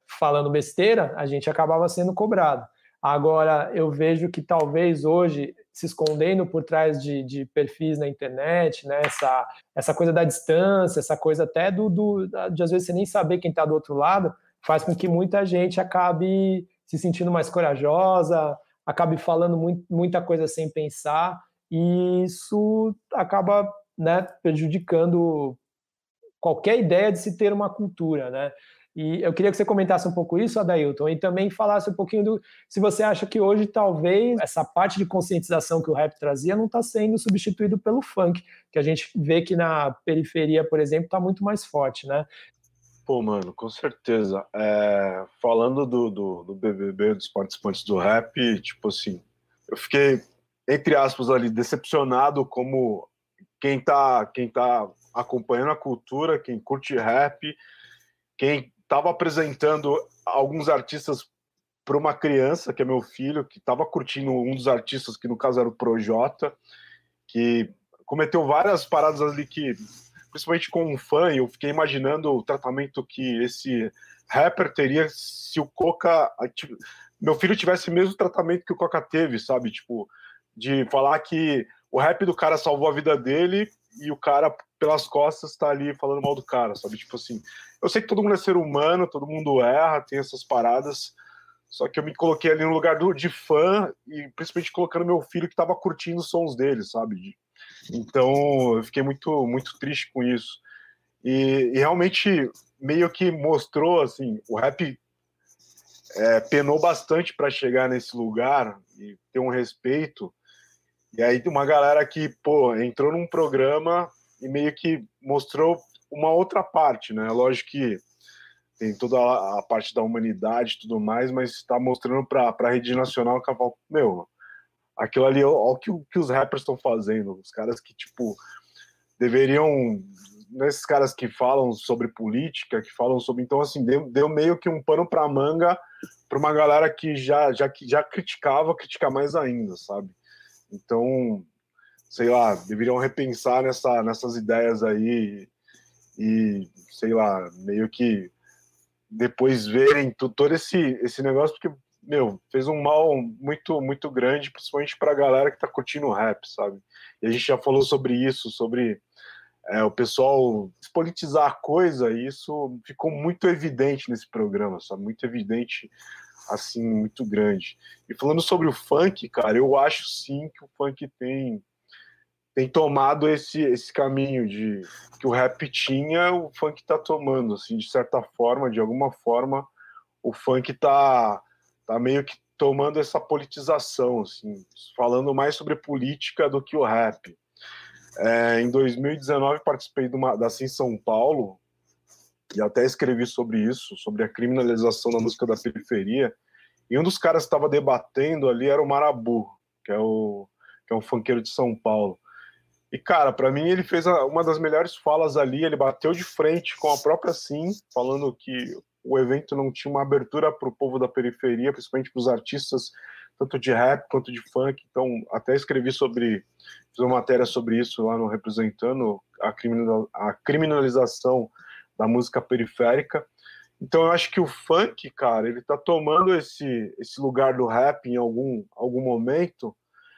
falando besteira, a gente acabava sendo cobrado. Agora, eu vejo que talvez hoje, se escondendo por trás de, de perfis na internet, né, essa, essa coisa da distância, essa coisa até do, do de às vezes você nem saber quem está do outro lado, faz com que muita gente acabe se sentindo mais corajosa, acabe falando muito, muita coisa sem pensar, e isso acaba, né, prejudicando qualquer ideia de se ter uma cultura, né? E eu queria que você comentasse um pouco isso, Adailton, e também falasse um pouquinho do se você acha que hoje talvez essa parte de conscientização que o rap trazia não está sendo substituído pelo funk, que a gente vê que na periferia, por exemplo, está muito mais forte, né? Pô, mano, com certeza. É, falando do, do, do B B B, dos participantes do rap, tipo assim, eu fiquei, entre aspas, ali, decepcionado como quem tá, quem tá acompanhando a cultura, quem curte rap, quem estava apresentando alguns artistas para uma criança, que é meu filho, que estava curtindo um dos artistas, que no caso era o Projota, que cometeu várias paradas ali que, principalmente com um fã, eu fiquei imaginando o tratamento que esse rapper teria se o Coca... Tipo, meu filho tivesse o mesmo tratamento que o Coca teve, sabe? Tipo, de falar que o rap do cara salvou a vida dele e o cara, pelas costas, tá ali falando mal do cara, sabe? Tipo assim, eu sei que todo mundo é ser humano, todo mundo erra, tem essas paradas, só que eu me coloquei ali no lugar do, de fã e principalmente colocando meu filho que tava curtindo os sons dele, sabe? Então, eu fiquei muito, muito triste com isso. E, e realmente, meio que mostrou, assim, o rap é, penou bastante para chegar nesse lugar e ter um respeito. E aí, uma galera que, pô, entrou num programa e meio que mostrou uma outra parte, né? Lógico que tem toda a parte da humanidade e tudo mais, mas está mostrando para a rede nacional que eu meu, aquilo ali, olha o que, que os rappers estão fazendo, os caras que, tipo, deveriam, nesses caras que falam sobre política, que falam sobre, então, assim, deu, deu meio que um pano para manga para uma galera que já, já, já criticava, criticar mais ainda, sabe? Então, sei lá, deveriam repensar nessa, nessas ideias aí e, sei lá, meio que depois verem todo esse, esse negócio, porque, meu, fez um mal muito, muito grande, principalmente pra galera que tá curtindo rap, sabe? E a gente já falou sobre isso, sobre é, o pessoal despolitizar a coisa, e isso ficou muito evidente nesse programa, sabe? Muito evidente, assim, muito grande. E falando sobre o funk, cara, eu acho sim que o funk tem tem tomado esse, esse caminho de que o rap tinha, o funk tá tomando, assim, de certa forma, de alguma forma, o funk tá, tá meio que tomando essa politização, assim, falando mais sobre política do que o rap. É, em dois mil e dezenove participei de uma, da Sim São Paulo e até escrevi sobre isso, sobre a criminalização da música da periferia, e um dos caras que estava debatendo ali era o Marabu, que é, o, que é um funkeiro de São Paulo. E, cara, para mim ele fez uma das melhores falas ali, ele bateu de frente com a própria Sim, falando que o evento não tinha uma abertura para o povo da periferia, principalmente para os artistas, tanto de rap quanto de funk. Então, até escrevi sobre, fiz uma matéria sobre isso lá no Representando, a, criminal, a criminalização da música periférica. Então, eu acho que o funk, cara, ele tá tomando esse, esse lugar do rap em algum, algum momento,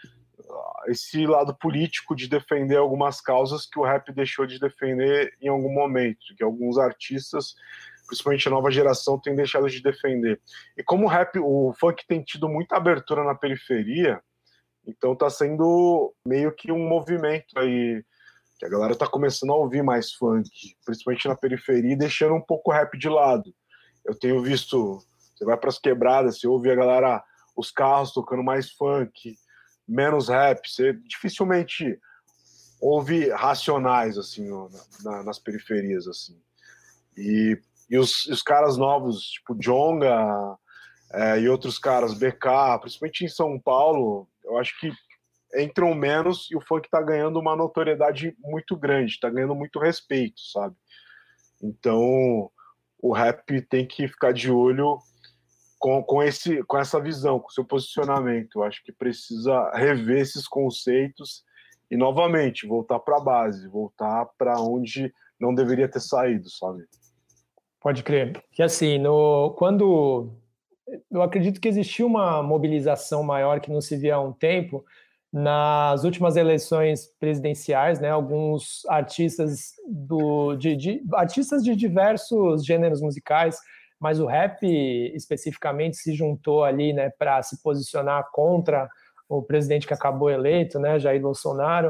esse lado político de defender algumas causas que o rap deixou de defender em algum momento, que alguns artistas, principalmente a nova geração, têm deixado de defender. E como o rap, o funk tem tido muita abertura na periferia, então está sendo meio que um movimento aí, que a galera está começando a ouvir mais funk, principalmente na periferia, deixando um pouco o rap de lado. Eu tenho visto, você vai para as quebradas, você ouve a galera, os carros tocando mais funk, menos rap, você dificilmente ouve Racionais, assim, no, na, nas periferias, assim. E, e os, os caras novos, tipo Djonga é, e outros caras, B K, principalmente em São Paulo, eu acho que entram menos e o funk tá ganhando uma notoriedade muito grande, tá ganhando muito respeito, sabe? Então, o rap tem que ficar de olho Com, com, esse, com essa visão, com o seu posicionamento. Eu acho que precisa rever esses conceitos e, novamente, voltar para a base, voltar para onde não deveria ter saído, sabe? Pode crer. E assim, no, quando eu acredito que existiu uma mobilização maior que não se via há um tempo, nas últimas eleições presidenciais, né, alguns artistas do, de, de, artistas de diversos gêneros musicais, mas o rap especificamente se juntou ali, né, para se posicionar contra o presidente que acabou eleito, né, Jair Bolsonaro.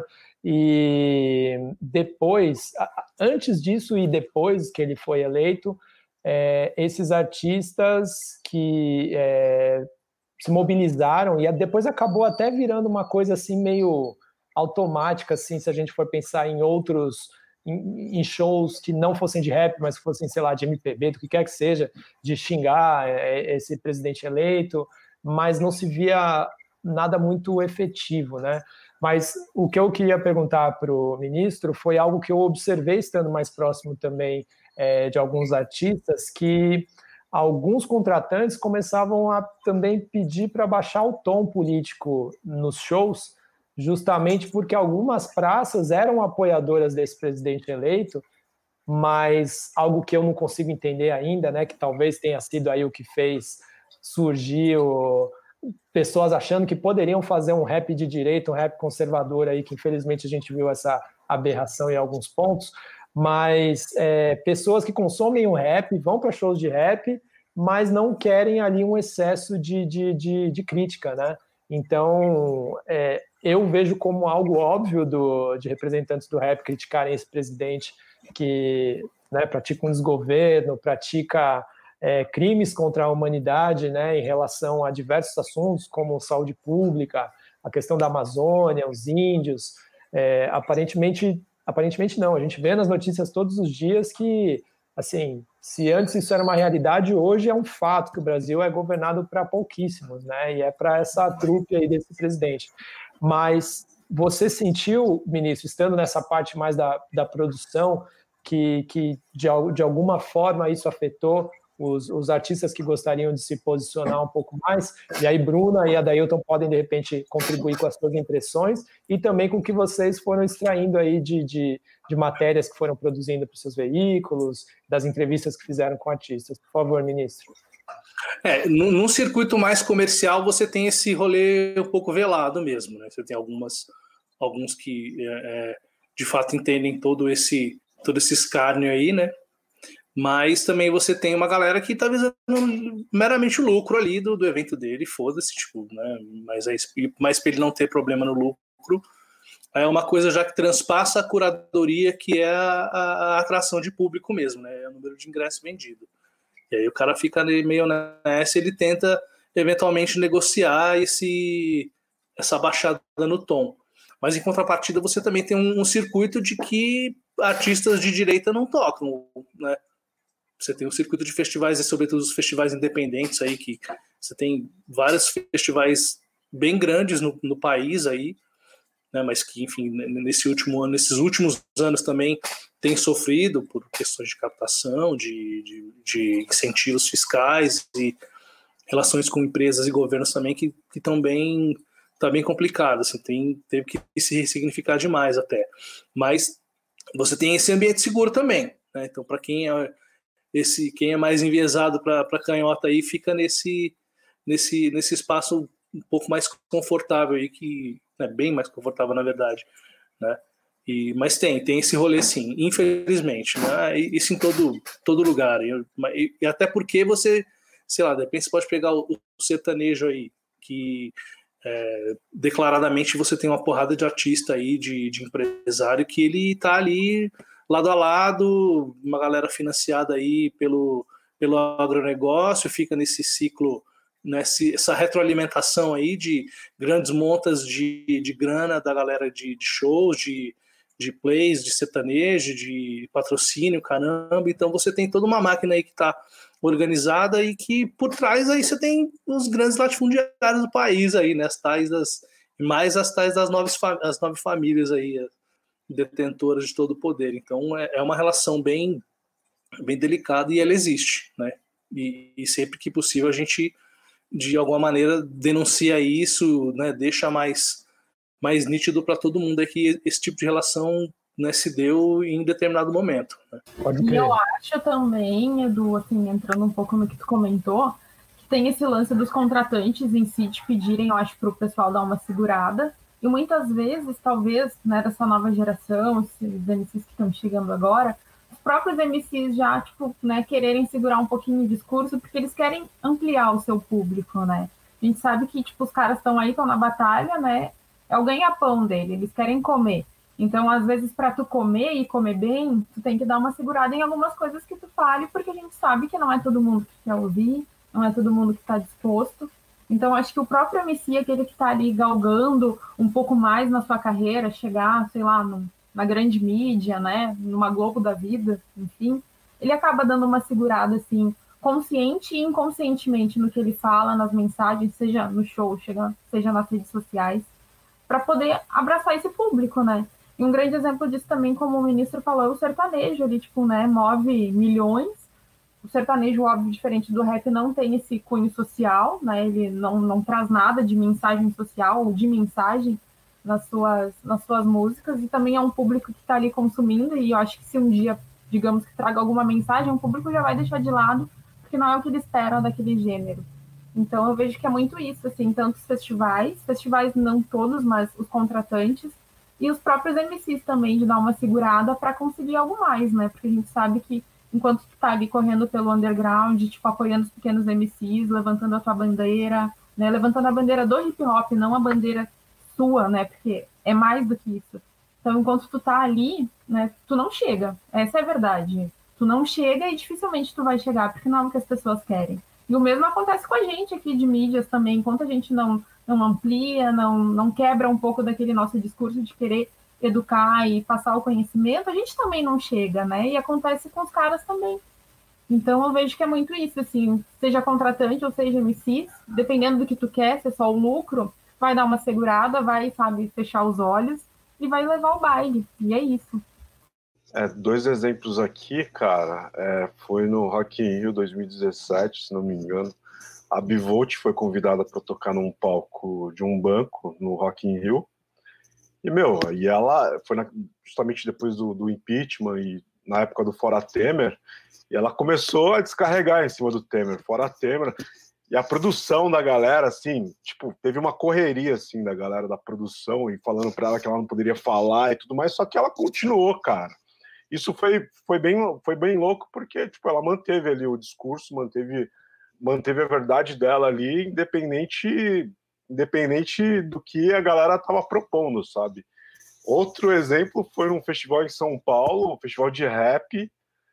E depois, antes disso e depois que ele foi eleito, é, esses artistas que é, se mobilizaram, e depois acabou até virando uma coisa assim meio automática, assim, se a gente for pensar em outros, em, em shows que não fossem de rap, mas fossem, sei lá, de M P B, do que quer que seja, de xingar é, esse presidente eleito, mas não se via nada muito efetivo, né? Mas o que eu queria perguntar para o ministro foi algo que eu observei estando mais próximo também é, de alguns artistas, que alguns contratantes começavam a também pedir para baixar o tom político nos shows, justamente porque algumas praças eram apoiadoras desse presidente eleito, mas algo que eu não consigo entender ainda, né, que talvez tenha sido aí o que fez surgir o... pessoas achando que poderiam fazer um rap de direita, um rap conservador aí, que infelizmente a gente viu essa aberração em alguns pontos, mas é, pessoas que consomem o rap, vão para shows de rap, mas não querem ali um excesso de, de, de, de crítica, né? Então, é, eu vejo como algo óbvio do, de representantes do rap criticarem esse presidente que, né, pratica um desgoverno, pratica é, crimes contra a humanidade, né, em relação a diversos assuntos, como saúde pública, a questão da Amazônia, os índios. É, aparentemente, aparentemente não, a gente vê nas notícias todos os dias que, assim, se antes isso era uma realidade, hoje é um fato que o Brasil é governado para pouquíssimos, né? E é para essa trupe aí desse presidente. Mas você sentiu, ministro, estando nessa parte mais da, da produção, que, que de, de alguma forma isso afetou os, os artistas que gostariam de se posicionar um pouco mais? E aí Bruna e Adailton podem, de repente, contribuir com as suas impressões e também com o que vocês foram extraindo aí de, de, de matérias que foram produzindo para os seus veículos, das entrevistas que fizeram com artistas. Por favor, ministro. É, num, num circuito mais comercial você tem esse rolê um pouco velado mesmo, né? Você tem algumas, alguns que é, é, de fato entendem todo esse, todo esse escárnio aí, né? Mas também você tem uma galera que tá visando meramente o lucro ali do, do evento dele, foda-se, tipo, né? Mas, é, mas para ele não ter problema no lucro, é uma coisa já que transpassa a curadoria, que é a, a atração de público mesmo, né? É o número de ingressos vendido. E aí o cara fica meio nessa, ele tenta eventualmente negociar esse, essa baixada no tom. Mas em contrapartida você também tem um, um circuito de que artistas de direita não tocam, né? Você tem um circuito de festivais, e sobretudo os festivais independentes aí, que você tem vários festivais bem grandes no, no país aí, né, mas que, enfim, nesse último ano, nesses últimos anos também tem sofrido por questões de captação, de, de, de incentivos fiscais e relações com empresas e governos também que estão bem, tá bem complicadas, assim, tem, teve que se ressignificar demais até. Mas você tem esse ambiente seguro também, né? Então, para quem é esse, quem é mais enviesado para canhota aí, fica nesse, nesse, nesse espaço um pouco mais confortável aí, que é bem mais confortável, na verdade, né? E, mas tem, tem esse rolê sim, infelizmente, né? Isso em todo, todo lugar. E, e até porque você, sei lá, de repente você pode pegar o, o sertanejo aí, que é, declaradamente você tem uma porrada de artista aí, de, de empresário, que ele tá ali lado a lado, uma galera financiada aí pelo, pelo agronegócio, fica nesse ciclo, nessa essa retroalimentação aí de grandes montas de, de grana da galera de, de shows, de, de plays, de sertanejo, de patrocínio, caramba. Então você tem toda uma máquina aí que está organizada e que por trás aí você tem os grandes latifundiários do país aí, né? As tais das, mais as tais das nove, as nove famílias aí, detentoras de todo o poder. Então é, é uma relação bem, bem delicada e ela existe, né? E, e sempre que possível a gente de alguma maneira denuncia isso, né? Deixa mais, mais nítido para todo mundo é que esse tipo de relação né, se deu em determinado momento. Né? Pode crer. E eu acho também, Edu, assim, entrando um pouco no que tu comentou, que tem esse lance dos contratantes em si de pedirem, eu acho, para o pessoal dar uma segurada. E muitas vezes, talvez, né, dessa nova geração, esses M Cs que estão chegando agora, os próprios M Cs já, tipo, né, quererem segurar um pouquinho o discurso, porque eles querem ampliar o seu público, né? A gente sabe que, tipo, os caras estão aí, estão na batalha, né? É o ganha-pão dele, eles querem comer. Então, às vezes, para tu comer e comer bem, tu tem que dar uma segurada em algumas coisas que tu fale, porque a gente sabe que não é todo mundo que quer ouvir, não é todo mundo que está disposto. Então, acho que o próprio M C, aquele que está ali galgando um pouco mais na sua carreira, chegar, sei lá, no, na grande mídia, né, numa Globo da vida, enfim, ele acaba dando uma segurada, assim, consciente e inconscientemente no que ele fala, nas mensagens, seja no show, seja nas redes sociais, para poder abraçar esse público, né? E um grande exemplo disso também, como o ministro falou, é o sertanejo, ele, tipo, né, move milhões. O sertanejo, óbvio, diferente do rap, não tem esse cunho social, né? Ele não, não traz nada de mensagem social ou de mensagem nas suas, nas suas músicas, e também é um público que está ali consumindo, e eu acho que se um dia, digamos, que traga alguma mensagem, o público já vai deixar de lado, porque não é o que ele espera daquele gênero. Então eu vejo que é muito isso, assim, tanto os festivais, festivais não todos, mas os contratantes, e os próprios M Cs também, de dar uma segurada para conseguir algo mais, né? Porque a gente sabe que enquanto tu tá ali correndo pelo underground, tipo, apoiando os pequenos M Cs, levantando a tua bandeira, né? Levantando a bandeira do hip hop, não a bandeira sua, né? Porque é mais do que isso. Então, enquanto tu tá ali, né, tu não chega. Essa é a verdade. Tu não chega e dificilmente tu vai chegar, porque não é o que as pessoas querem. E o mesmo acontece com a gente aqui de mídias também. Enquanto a gente não, não amplia, não, não quebra um pouco daquele nosso discurso de querer educar e passar o conhecimento, a gente também não chega, né? E acontece com os caras também. Então eu vejo que é muito isso, assim, seja contratante ou seja M C, dependendo do que tu quer, se é só o lucro, vai dar uma segurada, vai, sabe, fechar os olhos e vai levar o baile. E é isso. É, dois exemplos aqui, cara, é, foi no Rock in Rio dois mil e dezessete, se não me engano. A Bivolt foi convidada para tocar num palco de um banco no Rock in Rio. E, meu, e ela foi na, justamente depois do, do impeachment e na época do Fora Temer, e ela começou a descarregar em cima do Temer, Fora Temer. E a produção da galera, assim, tipo, teve uma correria, assim, da galera da produção e falando para ela que ela não poderia falar e tudo mais, só que ela continuou, cara. Isso foi, foi, bem, foi bem louco, porque tipo, ela manteve ali o discurso, manteve, manteve a verdade dela ali, independente, independente do que a galera estava propondo, sabe? Outro exemplo foi um festival em São Paulo, um festival de rap,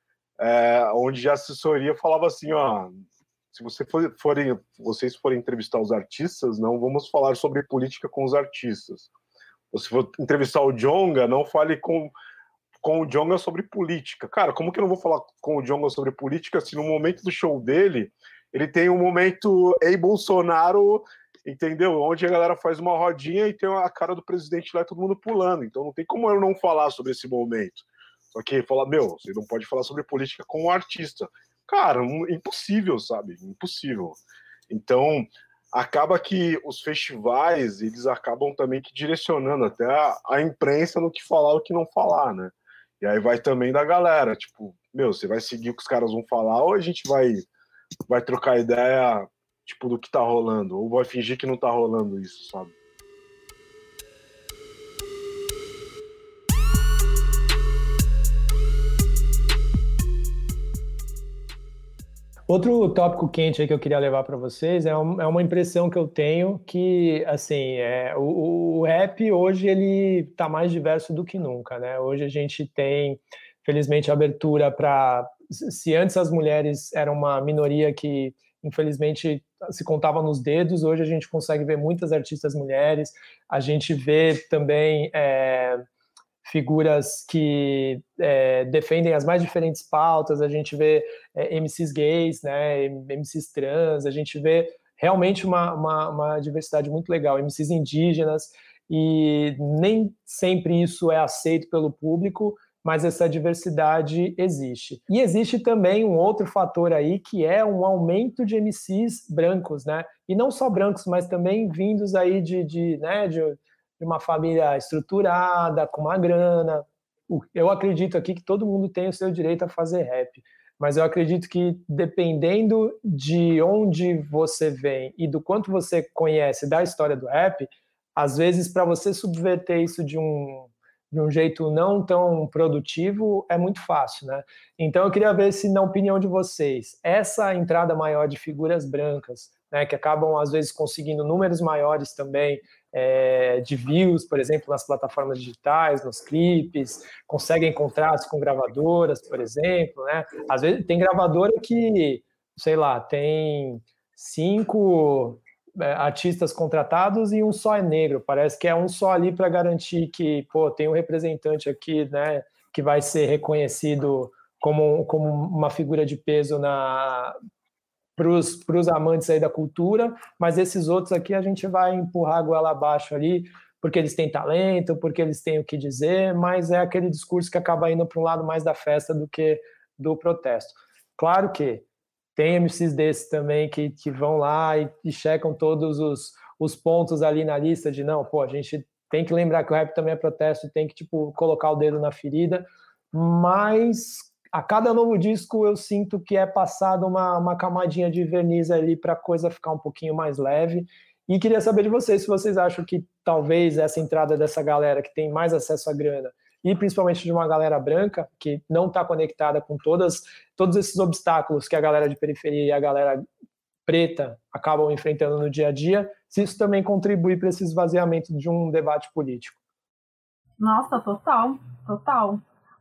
é, onde a assessoria falava assim, ó, se você for, forem, vocês forem entrevistar os artistas, não vamos falar sobre política com os artistas. Ou se for entrevistar o Djonga, não fale com... com o Djonga sobre política. Cara, como que eu não vou falar com o Djonga sobre política se no momento do show dele, ele tem um momento Ei Bolsonaro, entendeu? Onde a galera faz uma rodinha e tem a cara do presidente lá e todo mundo pulando. Então não tem como eu não falar sobre esse momento. Só que falar, meu, você não pode falar sobre política com um artista. Cara, um, impossível, sabe? Impossível. Então, acaba que os festivais, eles acabam também que direcionando até a, a imprensa no que falar e o que não falar, né? E aí vai também da galera, tipo, meu, você vai seguir o que os caras vão falar ou a gente vai, vai trocar ideia, tipo, do que tá rolando? Ou vai fingir que não tá rolando isso, sabe? Outro tópico quente aí que eu queria levar para vocês é, um, é uma impressão que eu tenho que, assim, é, o, o rap hoje ele está mais diverso do que nunca, né? Hoje a gente tem, felizmente, abertura para... Se antes as mulheres eram uma minoria que, infelizmente, se contava nos dedos, hoje a gente consegue ver muitas artistas mulheres, a gente vê também... É, figuras que é, defendem as mais diferentes pautas, a gente vê é, M Cs gays, né, M Cs trans, a gente vê realmente uma, uma, uma diversidade muito legal, M Cs indígenas, e nem sempre isso é aceito pelo público, mas essa diversidade existe. E existe também um outro fator aí, que é um aumento de M Cs brancos, né, e não só brancos, mas também vindos aí de, de, né, de de uma família estruturada, com uma grana. eu acredito aqui que todo mundo tem o seu direito a fazer rap, mas eu acredito que dependendo de onde você vem e do quanto você conhece da história do rap, às vezes para você subverter isso de um, de um jeito não tão produtivo é muito fácil, né? Então eu queria ver se, na opinião de vocês, essa entrada maior de figuras brancas, né, que acabam às vezes conseguindo números maiores também, é, de views, por exemplo, nas plataformas digitais, nos clipes, conseguem contratos com gravadoras, por exemplo, né? Às vezes tem gravadora que, sei lá, tem cinco é, artistas contratados e um só é negro. Parece que é um só ali para garantir que, pô, tem um representante aqui, né, que vai ser reconhecido como, como uma figura de peso na para os amantes aí da cultura, mas esses outros aqui a gente vai empurrar a goela abaixo ali, porque eles têm talento, porque eles têm o que dizer, mas é aquele discurso que acaba indo para um lado mais da festa do que do protesto. Claro que tem M Cs desses também que, que vão lá e, e checam todos os, os pontos ali na lista de não, pô, a gente tem que lembrar que o rap também é protesto, tem que, tipo, colocar o dedo na ferida, mas a cada novo disco eu sinto que é passado uma, uma camadinha de verniz ali para a coisa ficar um pouquinho mais leve. E queria saber de vocês se vocês acham que talvez essa entrada dessa galera que tem mais acesso à grana, e principalmente de uma galera branca, que não está conectada com todas, todos esses obstáculos que a galera de periferia e a galera preta acabam enfrentando no dia a dia, se isso também contribui para esse esvaziamento de um debate político. Nossa, total, total.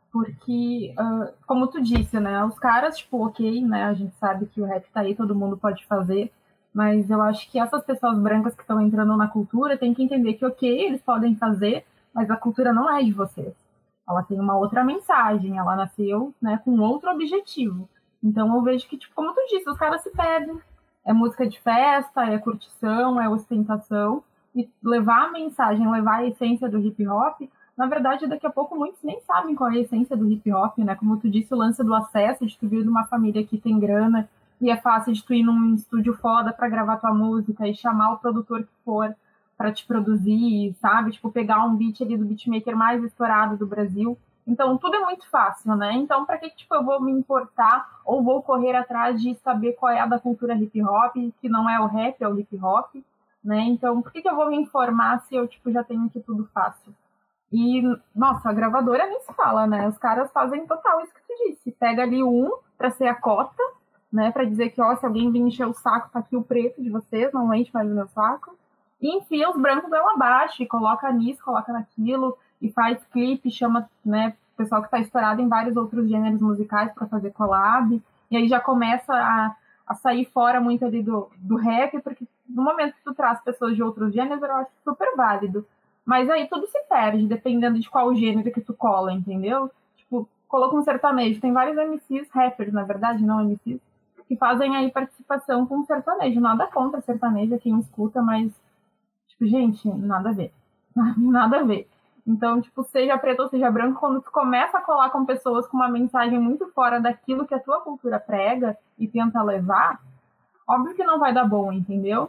Porque, uh, como tu disse, né, os caras, tipo, ok, né, a gente sabe que o rap tá aí, todo mundo pode fazer, mas eu acho que essas pessoas brancas que estão entrando na cultura têm que entender que, ok, eles podem fazer, mas a cultura não é de vocês. Ela tem uma outra mensagem, ela nasceu, né, com outro objetivo. Então eu vejo que, tipo, como tu disse, os caras se perdem. É música de festa, é curtição, é ostentação, e levar a mensagem, levar a essência do hip-hop. Na verdade, daqui a pouco muitos nem sabem qual é a essência do hip-hop, né? Como tu disse, o lance do acesso, de tu vir de uma família que tem grana e é fácil de tu ir num estúdio foda pra gravar tua música e chamar o produtor que for pra te produzir, sabe? Tipo, pegar um beat ali do beatmaker mais estourado do Brasil. Então, tudo é muito fácil, né? Então, pra que, tipo, eu vou me importar ou vou correr atrás de saber qual é a da cultura hip-hop, que não é o rap, é o hip-hop, né? Então, por que, que eu vou me informar se eu, tipo, já tenho aqui tudo fácil? E, nossa, a gravadora nem se fala, né? Os caras fazem total isso que tu disse. Pega ali um pra ser a cota, né? Pra dizer que, ó, se alguém vir encher o saco, tá aqui o preto de vocês, não enche mais o meu saco. E enfia os brancos lá abaixo, e coloca nisso, coloca naquilo, e faz clipe, chama, né, o pessoal que tá estourado em vários outros gêneros musicais pra fazer collab. E aí já começa a, a sair fora muito ali do, do rap, porque no momento que tu traz pessoas de outros gêneros, eu acho super válido. Mas aí tudo se perde, dependendo de qual gênero que tu cola, entendeu? Tipo, coloca um sertanejo. Tem vários M Cs, rappers, na verdade, não M Cs, que fazem aí participação com sertanejo. Nada contra sertanejo, quem escuta, mas, tipo, gente, nada a ver. Nada a ver. Então, tipo, seja preto ou seja branco, quando tu começa a colar com pessoas com uma mensagem muito fora daquilo que a tua cultura prega e tenta levar, óbvio que não vai dar bom, entendeu?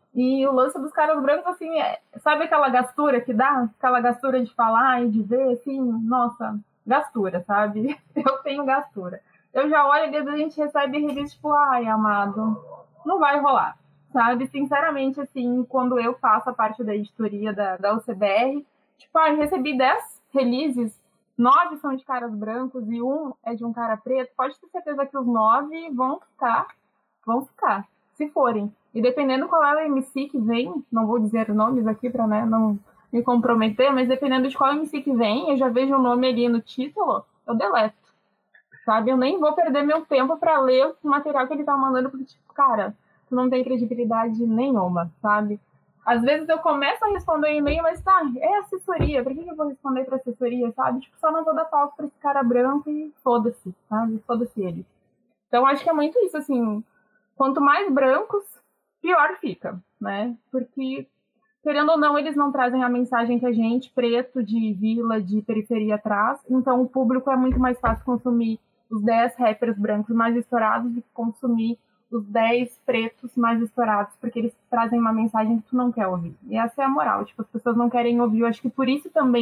E o lance dos caras brancos, assim, é, sabe aquela gastura que dá? Aquela gastura de falar e de ver, assim, nossa, gastura, sabe? Eu tenho gastura. Eu já olho ali, a gente recebe release, tipo, ai, amado, não vai rolar, sabe? Sinceramente, assim, quando eu faço a parte da editoria da, da U C B R, tipo, ai, recebi dez releases, nove são de caras brancos e um é de um cara preto, pode ter certeza que os nove vão ficar, vão ficar, se forem. E dependendo qual é o M C que vem, não vou dizer nomes aqui para, né, não me comprometer, mas dependendo de qual M C que vem, eu já vejo o nome ali no título, eu deleto, sabe? Eu nem vou perder meu tempo para ler o material que ele tá mandando, porque, tipo, cara, tu não tem credibilidade nenhuma, sabe? Às vezes eu começo a responder um e-mail, mas tá, é assessoria, por que eu vou responder pra assessoria, sabe? Tipo, só não vou dar pauta pra esse cara branco e foda-se, sabe? Foda-se ele. Então, acho que é muito isso, assim, quanto mais brancos, pior fica, né? Porque, querendo ou não, eles não trazem a mensagem que a gente, preto, de vila, de periferia, traz. Então, o público é muito mais fácil consumir os dez rappers brancos mais estourados do que consumir os dez pretos mais estourados, porque eles trazem uma mensagem que tu não quer ouvir. E essa é a moral. Tipo, as pessoas não querem ouvir. Eu acho que por isso também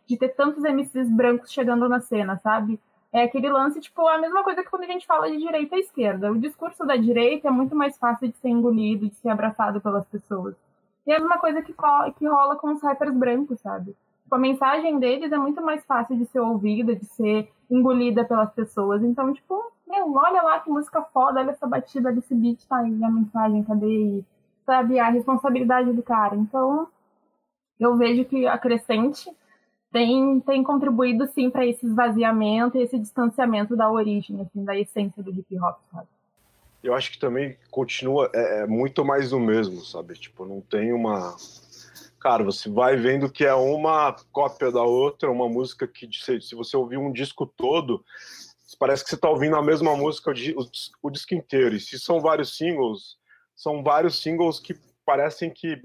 de ter tantos M Cs brancos chegando na cena, sabe? É aquele lance, tipo, a mesma coisa que quando a gente fala de direita e esquerda. O discurso da direita é muito mais fácil de ser engolido, de ser abraçado pelas pessoas. E é a mesma coisa que, que rola com os rappers brancos, sabe? Tipo, a mensagem deles é muito mais fácil de ser ouvida, de ser engolida pelas pessoas. Então, tipo, meu, olha lá que música foda, olha essa batida desse beat, tá aí a mensagem, cadê aí? Sabe, a responsabilidade do cara. Então, eu vejo que a Crescente tem, tem contribuído, sim, para esse esvaziamento e esse distanciamento da origem, assim, da essência do hip hop, sabe? Eu acho que também continua, é, é muito mais do mesmo, sabe? Tipo, não tem uma... Cara, você vai vendo que é uma cópia da outra, uma música que, se, se você ouvir um disco todo, parece que você tá ouvindo a mesma música, o, o disco inteiro. E se são vários singles, são vários singles que parecem que...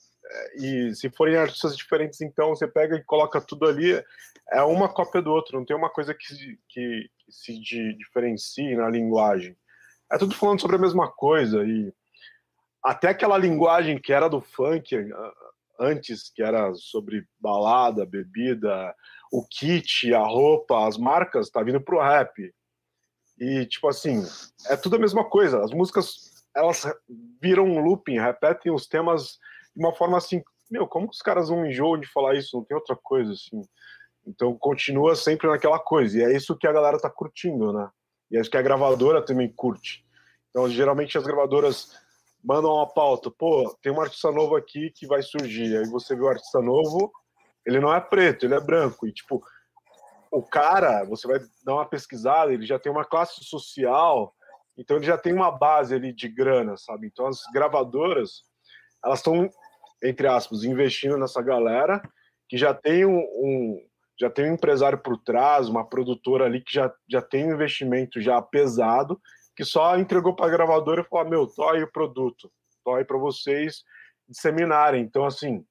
E se forem artistas diferentes, então você pega e coloca tudo ali, é uma cópia do outro, não tem uma coisa que, que, que se de, diferencie na linguagem. É tudo falando sobre a mesma coisa, e até aquela linguagem que era do funk antes, que era sobre balada, bebida, o kit, a roupa, as marcas, tá vindo pro rap. E, tipo assim, é tudo a mesma coisa. As músicas, elas viram um looping, repetem os temas de uma forma assim, meu, como que os caras vão enjoar de falar isso? Não tem outra coisa, assim. Então, continua sempre naquela coisa. E é isso que a galera tá curtindo, né? E é isso que a gravadora também curte. Então, geralmente, as gravadoras mandam uma pauta. Pô, tem um artista novo aqui que vai surgir. Aí você vê o artista novo, ele não é preto, ele é branco. E, tipo, o cara, você vai dar uma pesquisada, ele já tem uma classe social, então ele já tem uma base ali de grana, sabe? Então, as gravadoras, elas estão, entre aspas, investindo nessa galera que já tem um, um, já tem um empresário por trás, uma produtora ali que já, já tem um investimento já pesado, que só entregou para a gravadora e falou, meu, tô aí o produto, tô aí para vocês disseminarem. Então, assim,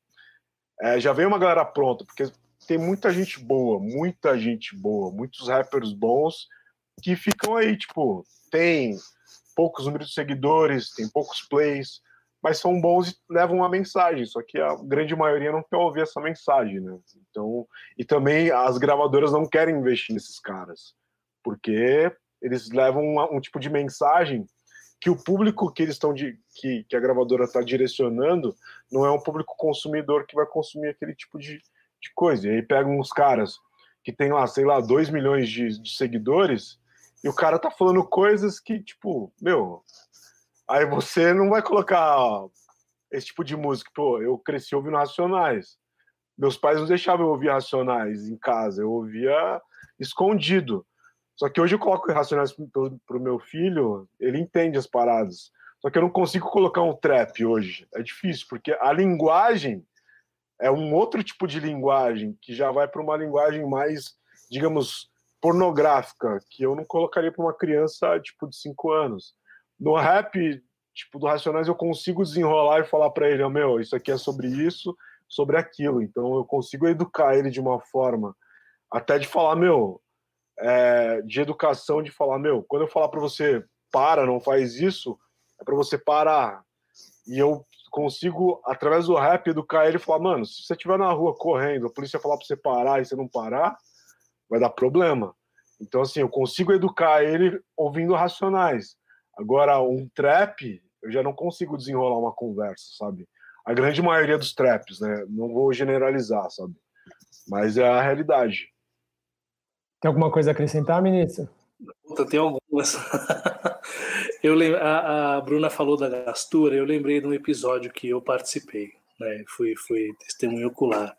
é, já vem uma galera pronta, porque tem muita gente boa, muita gente boa, muitos rappers bons que ficam aí, tipo, tem poucos números de seguidores, tem poucos plays, mas são bons e levam uma mensagem, só que a grande maioria não quer ouvir essa mensagem, né? Então, e também as gravadoras não querem investir nesses caras, porque eles levam uma, um tipo de mensagem que o público que eles estão de, que, que a gravadora está direcionando não é um público consumidor que vai consumir aquele tipo de, de coisa. E aí pegam uns caras que tem lá, sei lá, dois milhões de, de seguidores e o cara tá falando coisas que, tipo, meu... Aí você não vai colocar ó, esse tipo de música. Pô, eu cresci ouvindo Racionais. Meus pais não deixavam eu ouvir Racionais em casa. Eu ouvia escondido. Só que hoje eu coloco Racionais pro, pro meu filho, ele entende as paradas. Só que eu não consigo colocar um trap hoje. É difícil, porque a linguagem é um outro tipo de linguagem que já vai para uma linguagem mais, digamos, pornográfica, que eu não colocaria para uma criança tipo de cinco anos. No rap, tipo, do Racionais, eu consigo desenrolar e falar para ele, oh, meu, isso aqui é sobre isso, sobre aquilo. Então eu consigo educar ele de uma forma, até de falar, meu, é, de educação, de falar, meu, quando eu falar para você, para, não faz isso, é para você parar. E eu consigo, através do rap, educar ele e falar, mano, se você estiver na rua correndo, a polícia falar para você parar e você não parar, vai dar problema. Então, assim, eu consigo educar ele ouvindo Racionais. Agora, um trap, eu já não consigo desenrolar uma conversa, sabe? A grande maioria dos traps, né? Não vou generalizar, sabe? Mas é a realidade. Tem alguma coisa a acrescentar, ministro? Puta, tem algumas. eu lem... a, a Bruna falou da gastura, eu lembrei de um episódio que eu participei, né? Fui, fui testemunho ocular.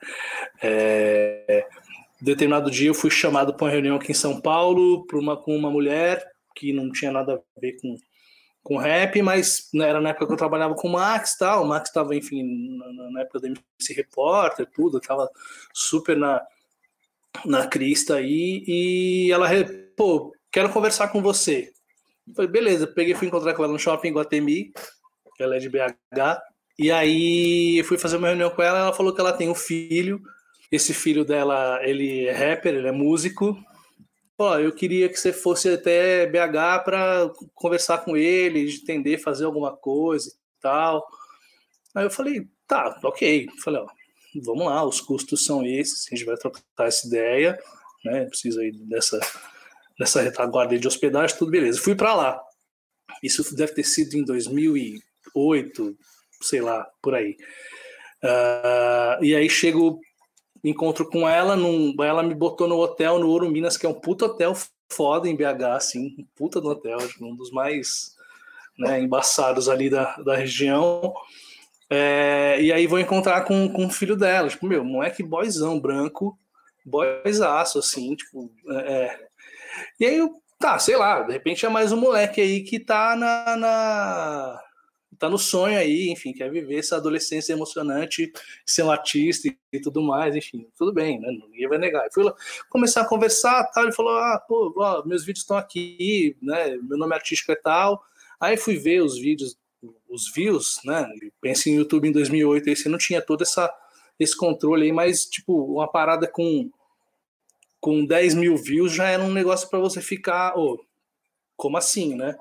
É... Determinado dia eu fui chamado para uma reunião aqui em São Paulo por uma, com uma mulher que não tinha nada a ver com, com rap, mas né, era na época que eu trabalhava com o Max, tal. O Max estava, enfim, na, na época da M C Repórter, tudo, estava super na, na crista aí, e ela, pô, quero conversar com você. Eu falei, beleza, peguei e fui encontrar com ela no shopping em Guatemi, ela é de B H, e aí eu fui fazer uma reunião com ela, ela falou que ela tem um filho, esse filho dela, ele é rapper, ele é músico. Ó, eu queria que você fosse até B H para conversar com ele, entender, fazer alguma coisa e tal. Aí eu falei, tá, ok. Falei, ó, vamos lá, os custos são esses, a gente vai trocar essa ideia, né? Precisa aí dessa, dessa retaguarda de hospedagem, tudo beleza. Fui para lá. Isso deve ter sido em dois mil e oito, sei lá, por aí. Uh, e aí chego, encontro com ela, num, ela me botou no hotel no Ouro Minas, que é um puta hotel foda em B H, assim, um puta do hotel, um dos mais, né, embaçados ali da, da região. É, e aí vou encontrar com, com o filho dela, tipo, meu, moleque boyzão, branco, boyzaço, assim, tipo, é, e aí eu, tá, sei lá, de repente é mais um moleque aí que tá na, na tá no sonho aí, enfim, quer viver essa adolescência emocionante, ser um artista e, e tudo mais, enfim, tudo bem, né, ninguém vai negar. Eu fui lá começar a conversar, tal, ele falou, ah, pô, ó, meus vídeos estão aqui, né, meu nome é artístico e tal, aí fui ver os vídeos, os views, né, pensa em YouTube em dois mil e oito, aí você não tinha todo essa, esse controle aí, mas, tipo, uma parada com, com dez mil views já era um negócio para você ficar, oh, como assim, né?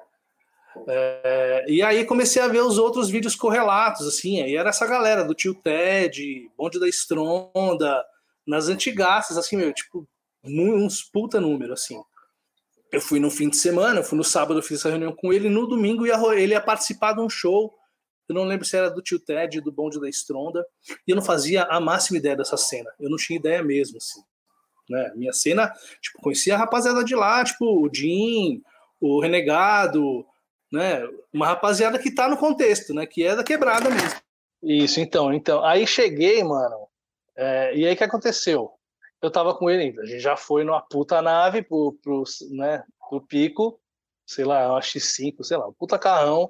É, e aí comecei a ver os outros vídeos correlatos, assim, aí era essa galera do Tio Ted, Bonde da Estronda, nas antigaças, assim, meu, tipo, uns puta número, assim. Eu fui no fim de semana, eu fui no sábado, eu fiz essa reunião com ele, no domingo ia, ele ia participar de um show, eu não lembro se era do Tio Ted, do Bonde da Estronda, e eu não fazia a máxima ideia dessa cena, eu não tinha ideia mesmo, assim, né, minha cena, tipo, conhecia a rapaziada de lá, tipo, o Jim, o Renegado, né, uma rapaziada que tá no contexto, né, que é da quebrada mesmo. Isso, então, então, aí cheguei, mano, é, e aí o que aconteceu? Eu tava com ele, a gente já foi numa puta nave pro, pro, né, pro pico, sei lá, uma X cinco, sei lá, um puta carrão,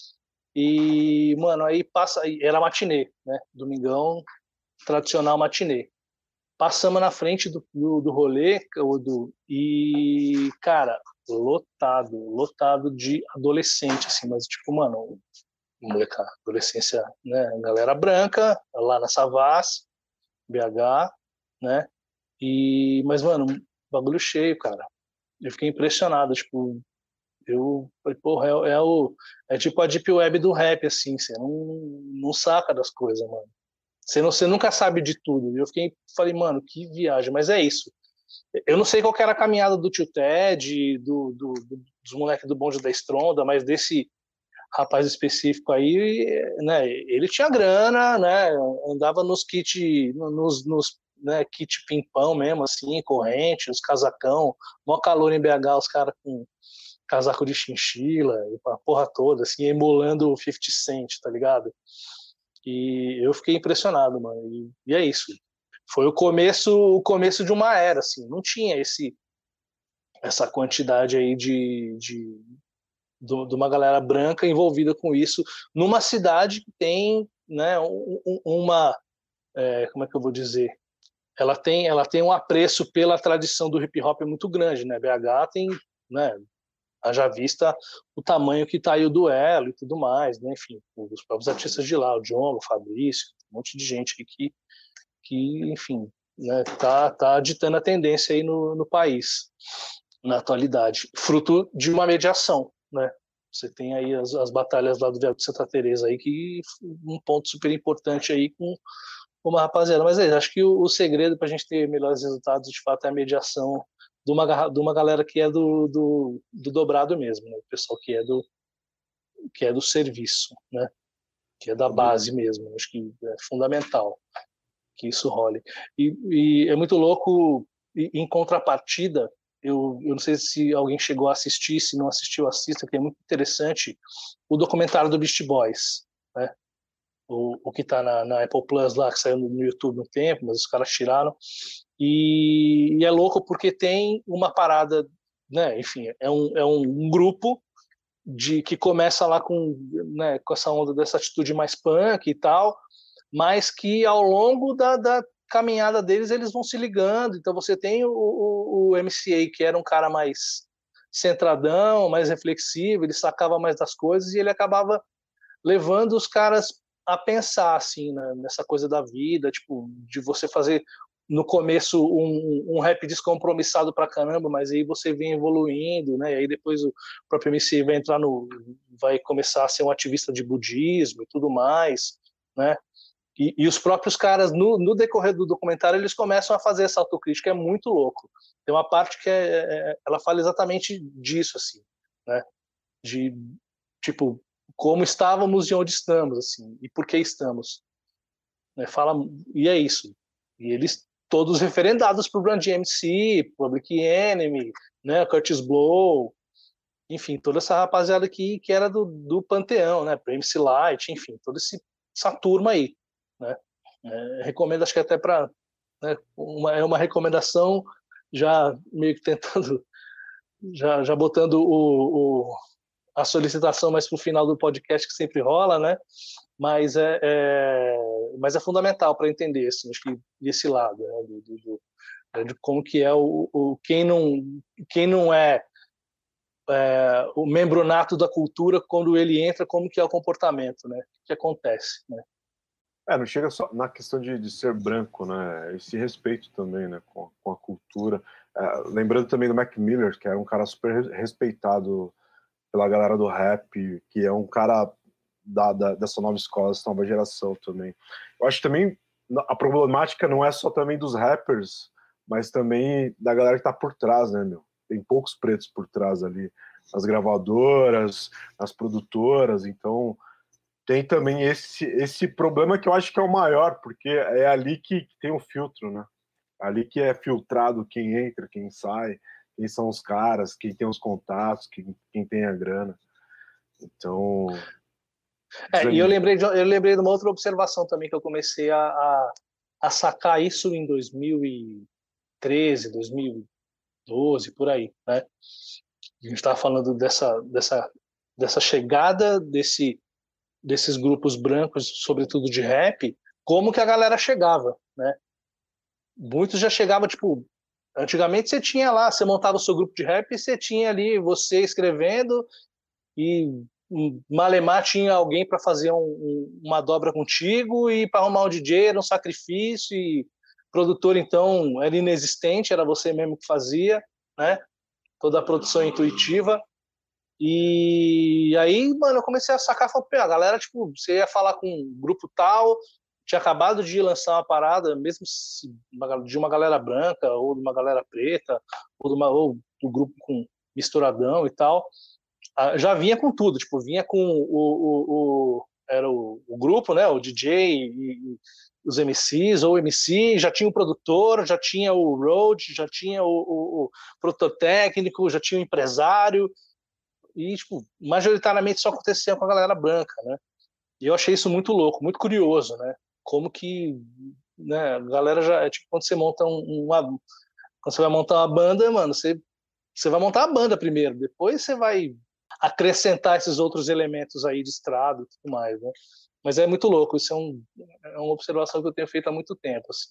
e, mano, aí passa, era matinê, né, domingão, tradicional matinê. Passamos na frente do, do, do rolê, do, e, cara, lotado, lotado de adolescente, assim, mas, tipo, mano, moleca, adolescência, né, galera branca, lá na Savassi, B H, né, e, mas, mano, bagulho cheio, cara. Eu fiquei impressionado, tipo, eu falei, porra, é, é, o, é tipo a deep web do rap, assim, você não, não saca das coisas, mano. Você, não, você nunca sabe de tudo. Eu fiquei, falei, mano, que viagem, mas é isso. Eu não sei qual que era a caminhada do Tio Ted, do, do, do, dos moleques do Bonde da Estronda, mas desse rapaz específico aí, né, ele tinha grana, né, andava nos kit, nos, nos né, kit pimpão mesmo, assim, corrente, os casacão, mó calor em B H, os caras com casaco de chinchila, a porra toda, assim, emulando o fifty Cent, tá ligado? E eu fiquei impressionado, mano. E, e é isso. Foi o começo, o começo de uma era, assim. Não tinha esse, essa quantidade aí de, de, de uma galera branca envolvida com isso numa cidade que tem, né, um, uma, é, como é que eu vou dizer? Ela tem, ela tem um apreço pela tradição do hip hop muito grande, né? B H tem, né? Haja vista o tamanho que tá aí o duelo e tudo mais, né? Enfim, os próprios artistas de lá, o John, o Fabrício, um monte de gente que, que enfim, né, tá, tá ditando a tendência aí no, no país, na atualidade, fruto de uma mediação, né? Você tem aí as, as batalhas lá do Vale de Santa Teresa aí, que um ponto super importante aí com uma rapaziada. Mas é, acho que o, o segredo para a gente ter melhores resultados, de fato, é a mediação de uma, de uma galera que é do, do, do dobrado mesmo, né? O pessoal que é do, que é do serviço, né? Que é da base mesmo. Acho que é fundamental que isso role. E, e é muito louco, em contrapartida, eu, eu não sei se alguém chegou a assistir, se não assistiu, assista, que é muito interessante, o documentário do Beast Boys, né? O, o que está na, na Apple Plus lá, que saiu no YouTube um tempo, mas os caras tiraram. E, e é louco porque tem uma parada, né? Enfim, é um, é um grupo de que começa lá com, né, com essa onda dessa atitude mais punk e tal, mas que ao longo da, da caminhada deles eles vão se ligando. Então você tem o, o, o M C A, que era um cara mais centradão, mais reflexivo, ele sacava mais das coisas e ele acabava levando os caras a pensar assim, né, nessa coisa da vida, tipo, de você fazer no começo um, um rap descompromissado pra caramba, mas aí você vem evoluindo, né? E aí depois o próprio M C vai entrar no, vai começar a ser um ativista de budismo e tudo mais, né? E, e os próprios caras, no, no decorrer do documentário, eles começam a fazer essa autocrítica, é muito louco. Tem uma parte que é, é, ela fala exatamente disso, assim, né? De, tipo, como estávamos e onde estamos, assim, e por que estamos. Né? Fala, e é isso. E eles todos referendados pro Run D M C, Public Enemy, né? Curtis Blow, enfim, toda essa rapaziada aqui que era do, do panteão, né? M C Light, enfim, toda esse, essa turma aí, né? É, recomendo, acho que até para, né, uma, é uma recomendação já meio que tentando, já, já botando o, o, a solicitação mais para o final do podcast, que sempre rola, né? Mas é, é, mas é fundamental para entender, assim, acho que desse lado, né? do, do, do, de como que é o, o quem não quem não é, é o membro nato da cultura, quando ele entra, como que é o comportamento, né? O que acontece, né? É, não chega só na questão de, de ser branco, né? Esse respeito também, né, com, com a cultura. É, lembrando também do Mac Miller, que era um cara super respeitado pela galera do rap, que é um cara da, da, dessa nova escola, dessa nova geração também. Eu acho que também a problemática não é só também dos rappers, mas também da galera que tá por trás, né, meu? Tem poucos pretos por trás ali, nas gravadoras, nas produtoras, então tem também esse, esse problema que eu acho que é o maior, porque é ali que, que tem o filtro, né? Ali que é filtrado quem entra, quem sai, quem são os caras, quem tem os contatos, quem, quem tem a grana. Então... É, e eu lembrei, de, eu lembrei de uma outra observação também, que eu comecei a, a, a sacar isso em dois mil e treze, dois mil e doze, por aí, né? A gente estava falando dessa, dessa, dessa chegada desse, desses grupos brancos, sobretudo de rap, como que a galera chegava, né? Muitos já chegavam, tipo, antigamente você tinha lá, você montava o seu grupo de rap e você tinha ali você escrevendo e malemar tinha alguém para fazer um, um, uma dobra contigo, e para arrumar um D J era um sacrifício, e produtor então era inexistente, era você mesmo que fazia, né? Toda a produção intuitiva. E aí, mano, eu comecei a sacar, falei, a galera, tipo, você ia falar com um grupo tal, tinha acabado de lançar uma parada, mesmo de uma galera branca, ou de uma galera preta, ou, de uma, ou do grupo com misturadão e tal, já vinha com tudo, tipo, vinha com o, o, o era o, o grupo, né, o D J e, e os M Cs, ou M C, já tinha o produtor, já tinha o road, já tinha o, o, o produtor técnico, já tinha o empresário, e, tipo, majoritariamente só acontecia com a galera branca, né, e eu achei isso muito louco, muito curioso, né, como que, né, a galera já, tipo, quando você monta uma, quando você vai montar uma banda, mano, você, você vai montar a banda primeiro, depois você vai acrescentar esses outros elementos aí de estrada e tudo mais, né? Mas é muito louco, isso é, um, é uma observação que eu tenho feito há muito tempo, assim,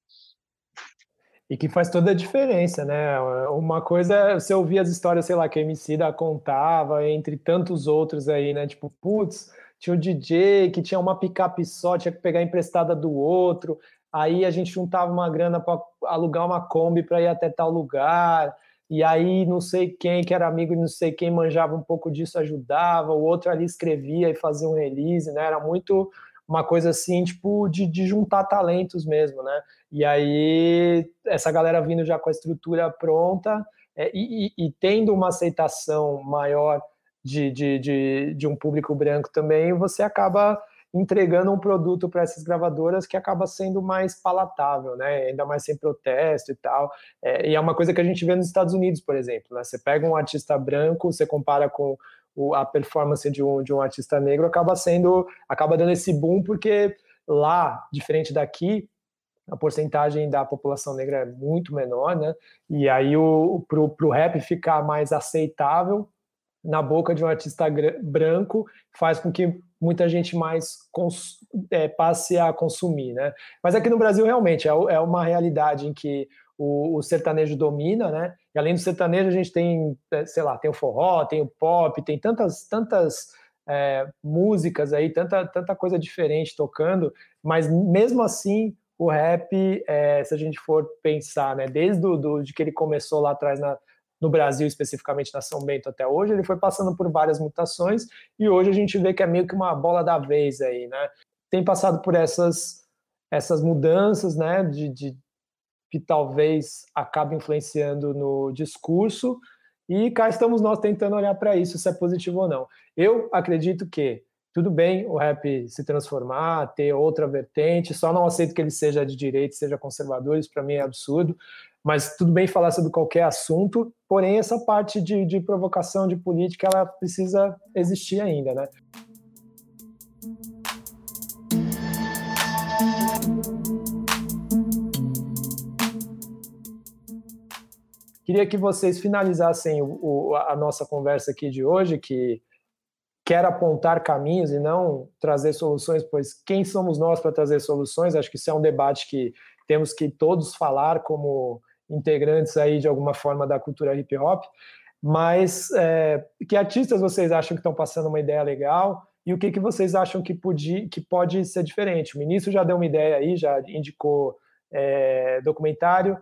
né? E que faz toda a diferença, né? Uma coisa é você ouvir as histórias, sei lá, que a Emicida contava, entre tantos outros aí, né? Tipo, putz, tinha um D J que tinha uma picape só, tinha que pegar emprestada do outro, aí a gente juntava uma grana para alugar uma Kombi para ir até tal lugar, e aí não sei quem que era amigo de não sei quem manjava um pouco disso, ajudava, o outro ali escrevia e fazia um release, né? Era muito uma coisa assim, tipo, de, de juntar talentos mesmo, né? E aí, essa galera vindo já com a estrutura pronta, é, e, e, e tendo uma aceitação maior de, de, de, de um público branco também, você acaba entregando um produto para essas gravadoras que acaba sendo mais palatável, né? Ainda mais sem protesto e tal. É, e é uma coisa que a gente vê nos Estados Unidos, por exemplo, né? Você pega um artista branco, você compara com o, a performance de um, de um artista negro, acaba sendo, acaba dando esse boom, porque lá, diferente daqui, a porcentagem da população negra é muito menor, né? E aí o pro, pro rap ficar mais aceitável na boca de um artista branco faz com que muita gente mais cons, é, passe a consumir, né? Mas aqui no Brasil realmente é, é uma realidade em que o, o sertanejo domina, né? E além do sertanejo a gente tem, sei lá, tem o forró, tem o pop, tem tantas tantas é, músicas aí, tanta tanta coisa diferente tocando, mas mesmo assim o rap, é, se a gente for pensar, né, desde o do, de que ele começou lá atrás na, no Brasil, especificamente na São Bento até hoje, ele foi passando por várias mutações e hoje a gente vê que é meio que uma bola da vez aí, né? tem passado por essas, essas mudanças, né, de, de, que talvez acabem influenciando no discurso, e cá estamos nós tentando olhar para isso, se é positivo ou não. Eu acredito que tudo bem o rap se transformar, ter outra vertente, só não aceito que ele seja de direita, seja conservador, isso para mim é absurdo, mas tudo bem falar sobre qualquer assunto, porém essa parte de, de provocação de política, ela precisa existir ainda, né? Queria que vocês finalizassem o, o, a nossa conversa aqui de hoje, que quer apontar caminhos e não trazer soluções, pois quem somos nós para trazer soluções? Acho que isso é um debate que temos que todos falar como integrantes aí de alguma forma da cultura hip hop, mas é, que artistas vocês acham que estão passando uma ideia legal e o que, que vocês acham que, podia, que pode ser diferente? O ministro já deu uma ideia aí, já indicou é, documentário,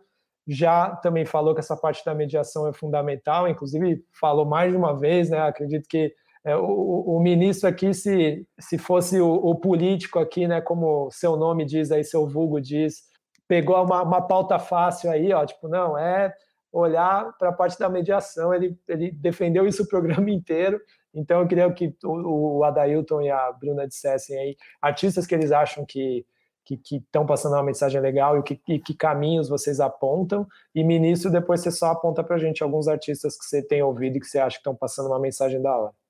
já também falou que essa parte da mediação é fundamental, inclusive falou mais de uma vez, né? Acredito que é, o, o ministro aqui, se, se fosse o, o político aqui, né, como seu nome diz aí, seu vulgo diz, pegou uma, uma pauta fácil aí, ó, tipo, não, é olhar para a parte da mediação, ele, ele defendeu isso o programa inteiro, então eu queria que o, o Adailton e a Bruna dissessem aí, artistas que eles acham que que estão passando uma mensagem legal e que, e que caminhos vocês apontam, e ministro, depois você só aponta para a gente alguns artistas que você tem ouvido e que você acha que estão passando uma mensagem da hora.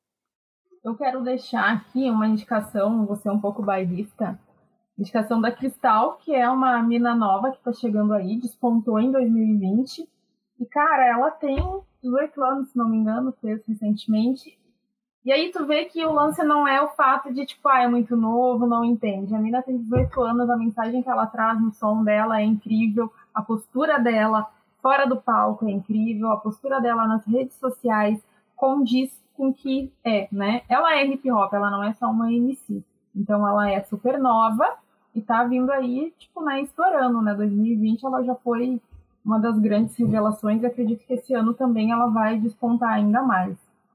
Eu quero deixar aqui uma indicação, vou ser um pouco bairrista, indicação da Cristal, que é uma mina nova que está chegando aí, despontou em dois mil e vinte, e cara, ela tem dezoito anos, se não me engano, fez recentemente. E aí tu vê que o lance não é o fato de, tipo, ah, é muito novo, não entende. A mina tem dezoito anos, a mensagem que ela traz no som dela é incrível, a postura dela fora do palco é incrível, a postura dela nas redes sociais condiz com o que é, né? Ela é hip hop, ela não é só uma M C. Então ela é super nova e tá vindo aí, tipo, né, estourando, né? dois mil e vinte ela já foi uma das grandes revelações e acredito que esse ano também ela vai despontar ainda mais.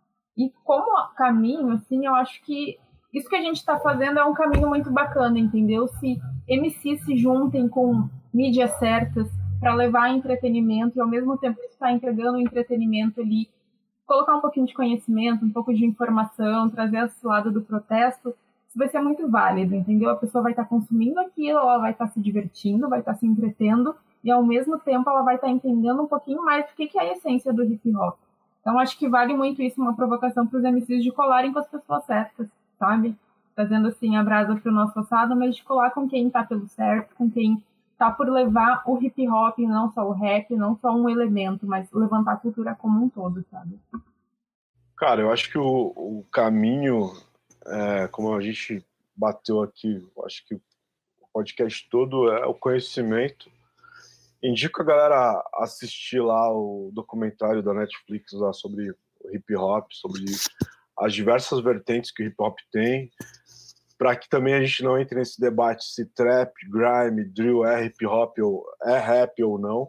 E como caminho, assim, eu acho que isso que a gente está fazendo é um caminho muito bacana, entendeu? Se M Cs se juntem com mídias certas para levar entretenimento e ao mesmo tempo estar entregando o entretenimento ali, colocar um pouquinho de conhecimento, um pouco de informação, trazer esse lado do protesto, isso vai ser muito válido, entendeu? A pessoa vai estar consumindo aquilo, ela vai estar se divertindo, vai estar se entretendo e ao mesmo tempo ela vai estar entendendo um pouquinho mais do que é a essência do hip hop. Então, acho que vale muito isso, uma provocação para os M Cs de colarem com as pessoas certas, sabe? Trazendo, assim, a brasa para o nosso assado, mas de colar com quem está pelo certo, com quem está por levar o hip-hop, não só o rap, não só um elemento, mas levantar a cultura como um todo, sabe? Cara, eu acho que o, o caminho, é, como a gente bateu aqui, eu acho que o podcast todo é o conhecimento. Indico a galera assistir lá o documentário da Netflix lá sobre o hip hop, sobre as diversas vertentes que o hip hop tem, para que também a gente não entre nesse debate se trap, grime, drill é hip hop ou é rap ou não.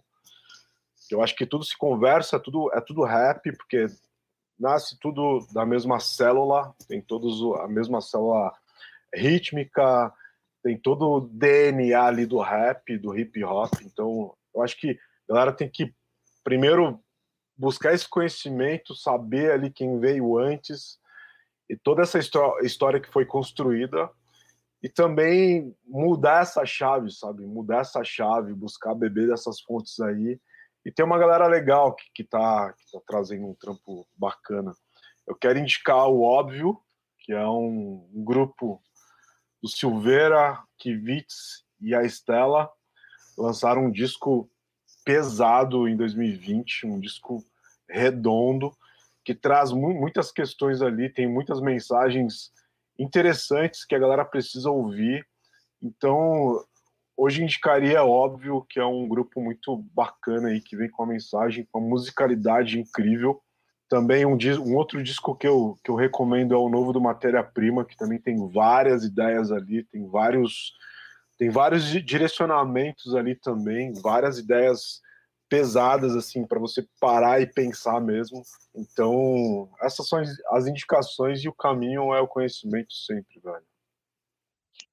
Eu acho que tudo se conversa, tudo é tudo rap, porque nasce tudo da mesma célula, tem todos a mesma célula rítmica, tem todo o D N A ali do rap, do hip hop. Então eu acho que a galera tem que primeiro buscar esse conhecimento, saber ali quem veio antes e toda essa história que foi construída, e também mudar essa chave, sabe? Mudar essa chave, buscar beber dessas fontes aí. E tem uma galera legal que, que, tá, que tá trazendo um trampo bacana. Eu quero indicar o Óbvio, que é um, um grupo do Silveira, Kivitz e a Estela. Lançaram um disco pesado em dois mil e vinte, um disco redondo, que traz mu muitas questões ali, tem muitas mensagens interessantes que a galera precisa ouvir. Então, hoje indicaria Óbvio, que é um grupo muito bacana aí, que vem com uma mensagem, com uma musicalidade incrível. Também um, um outro disco que eu, que eu recomendo é o novo do Matéria Prima, que também tem várias ideias ali, tem vários... Tem vários direcionamentos ali também, várias ideias pesadas, assim, para você parar e pensar mesmo. Então, essas são as indicações e o caminho é o conhecimento sempre, velho.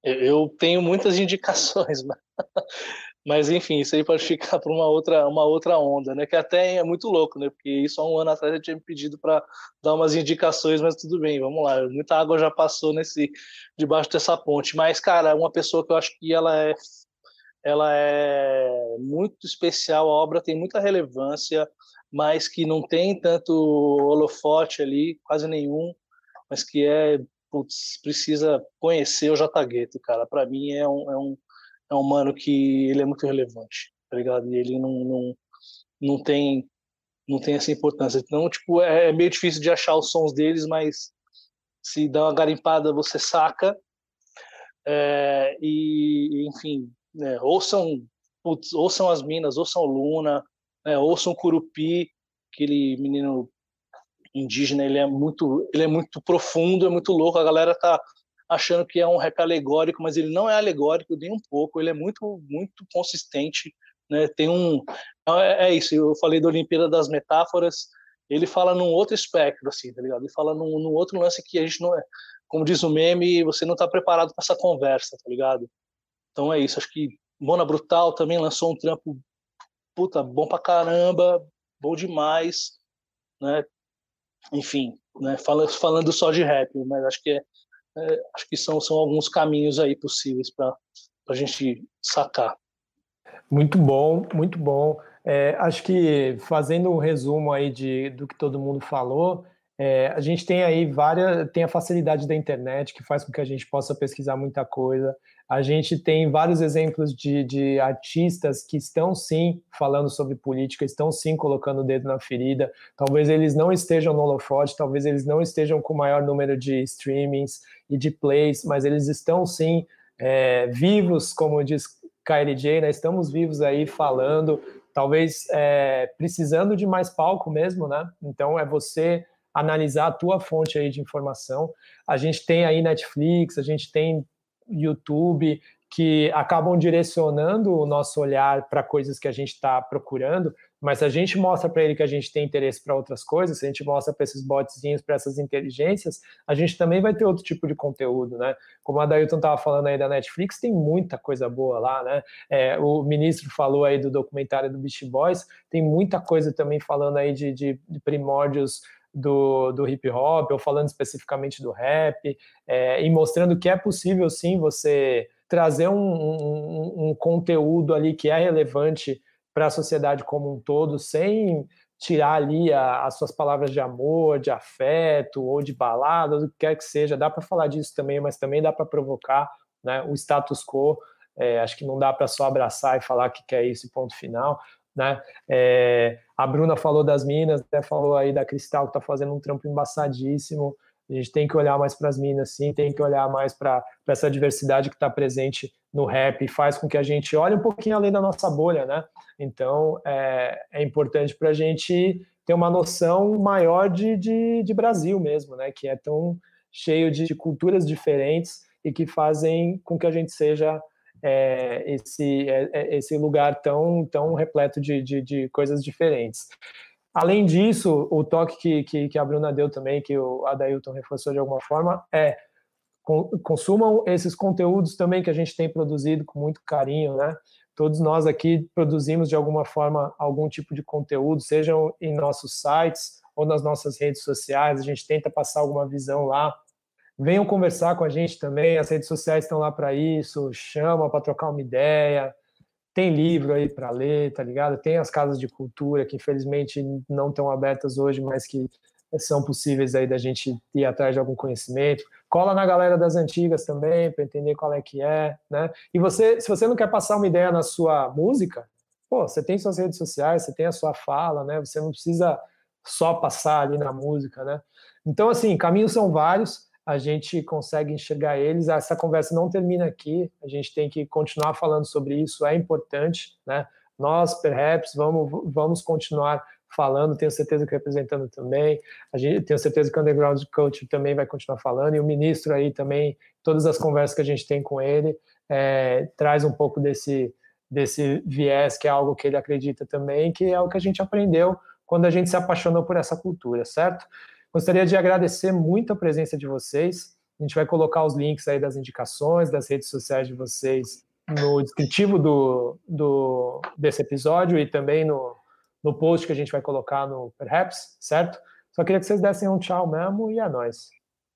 Eu tenho muitas indicações, mas enfim, isso aí pode ficar para uma outra, uma outra onda, né? Que até é muito louco, né? Porque isso há um ano atrás eu tinha me pedido para dar umas indicações, mas tudo bem, vamos lá. Muita água já passou nesse debaixo dessa ponte. Mas, cara, uma pessoa que eu acho que ela é, ela é muito especial, a obra tem muita relevância, mas que não tem tanto holofote ali, quase nenhum, mas que é putz, precisa conhecer o Jota Gueto, cara. Para mim é um, é um é um mano que ele é muito relevante, tá ligado? E ele não, não, não tem não tem essa importância. Então, tipo, é, é meio difícil de achar os sons deles, mas se dá uma garimpada você saca. É, e, enfim, né, ouçam, putz, ouçam as minas, ouçam Luna, né, ouçam Curupi, aquele menino indígena, ele é muito, ele é muito profundo, é muito louco. A galera tá achando que é um rap alegórico, mas ele não é alegórico nem um pouco. Ele é muito, muito consistente, né? Tem um, é, é isso. Eu falei da Olimpíada das Metáforas. Ele fala num outro espectro, assim, tá ligado? Ele fala num, num outro lance que a gente não é, como diz o meme, você não tá preparado para essa conversa, tá ligado? Então é isso. Acho que Mona Brutal também lançou um trampo, puta, bom pra caramba, bom demais, né? Enfim, né, falando, falando só de rap, mas acho que, é, é, acho que são, são alguns caminhos aí possíveis para a gente sacar. Muito bom, muito bom. É, acho que fazendo um resumo aí de, do que todo mundo falou, é, a gente tem aí várias, tem a facilidade da internet que faz com que a gente possa pesquisar muita coisa. A gente tem vários exemplos de, de artistas que estão sim falando sobre política, estão sim colocando o dedo na ferida. Talvez eles não estejam no holofote, talvez eles não estejam com o maior número de streamings e de plays, mas eles estão sim é, vivos, como diz K L J, né? Estamos vivos aí falando, talvez é, precisando de mais palco mesmo, né? Então é você analisar a tua fonte aí de informação. A gente tem aí Netflix, a gente tem YouTube, que acabam direcionando o nosso olhar para coisas que a gente está procurando, mas se a gente mostra para ele que a gente tem interesse para outras coisas, se a gente mostra para esses botzinhos, para essas inteligências, a gente também vai ter outro tipo de conteúdo, né? Como a Dailton estava falando aí da Netflix, tem muita coisa boa lá, né? É, o ministro falou aí do documentário do Beach Boys, tem muita coisa também falando aí de, de, de primórdios do, do hip hop, ou falando especificamente do rap, é, e mostrando que é possível sim você trazer um, um, um conteúdo ali que é relevante para a sociedade como um todo, sem tirar ali a, as suas palavras de amor, de afeto, ou de balada, do que quer que seja. Dá para falar disso também, mas também dá para provocar, né, o status quo. É, acho que não dá para só abraçar e falar que quer isso e ponto final. Né? É, a Bruna falou das minas, né? Falou aí da Cristal, que está fazendo um trampo embaçadíssimo. A gente tem que olhar mais para as minas, sim, tem que olhar mais para essa diversidade que está presente no rap e faz com que a gente olhe um pouquinho além da nossa bolha, né? Então, é, é importante para a gente ter uma noção maior de, de, de Brasil mesmo, né? Que é tão cheio de, de culturas diferentes e que fazem com que a gente seja é, esse, é, esse lugar tão, tão repleto de, de, de coisas diferentes. Além disso, o toque que, que, que a Bruna deu também, que o Adailton reforçou de alguma forma, é consumam esses conteúdos também que a gente tem produzido com muito carinho, né? Todos nós aqui produzimos de alguma forma algum tipo de conteúdo, sejam em nossos sites ou nas nossas redes sociais, a gente tenta passar alguma visão lá. Venham conversar com a gente também, as redes sociais estão lá para isso, chama para trocar uma ideia. Tem livro aí para ler, tá ligado? Tem as casas de cultura que infelizmente não estão abertas hoje, mas que são possíveis aí da gente ir atrás de algum conhecimento. Cola na galera das antigas também para entender qual é que é, né? E você, se você não quer passar uma ideia na sua música, pô, você tem suas redes sociais, você tem a sua fala, né? Você não precisa só passar ali na música, né? Então, assim, caminhos são vários. A gente consegue enxergar eles. Essa conversa não termina aqui, a gente tem que continuar falando sobre isso, é importante, né? Nós, Perhaps, vamos, vamos continuar falando, tenho certeza que representando também, a gente, tenho certeza que o Underground Culture também vai continuar falando, e o ministro aí também, todas as conversas que a gente tem com ele, é, traz um pouco desse, desse viés, que é algo que ele acredita também, que é o que a gente aprendeu quando a gente se apaixonou por essa cultura, certo? Gostaria de agradecer muito a presença de vocês. A gente vai colocar os links aí das indicações, das redes sociais de vocês no descritivo do, do, desse episódio e também no, no post que a gente vai colocar no Perhaps, certo? Só queria que vocês dessem um tchau mesmo e a nós.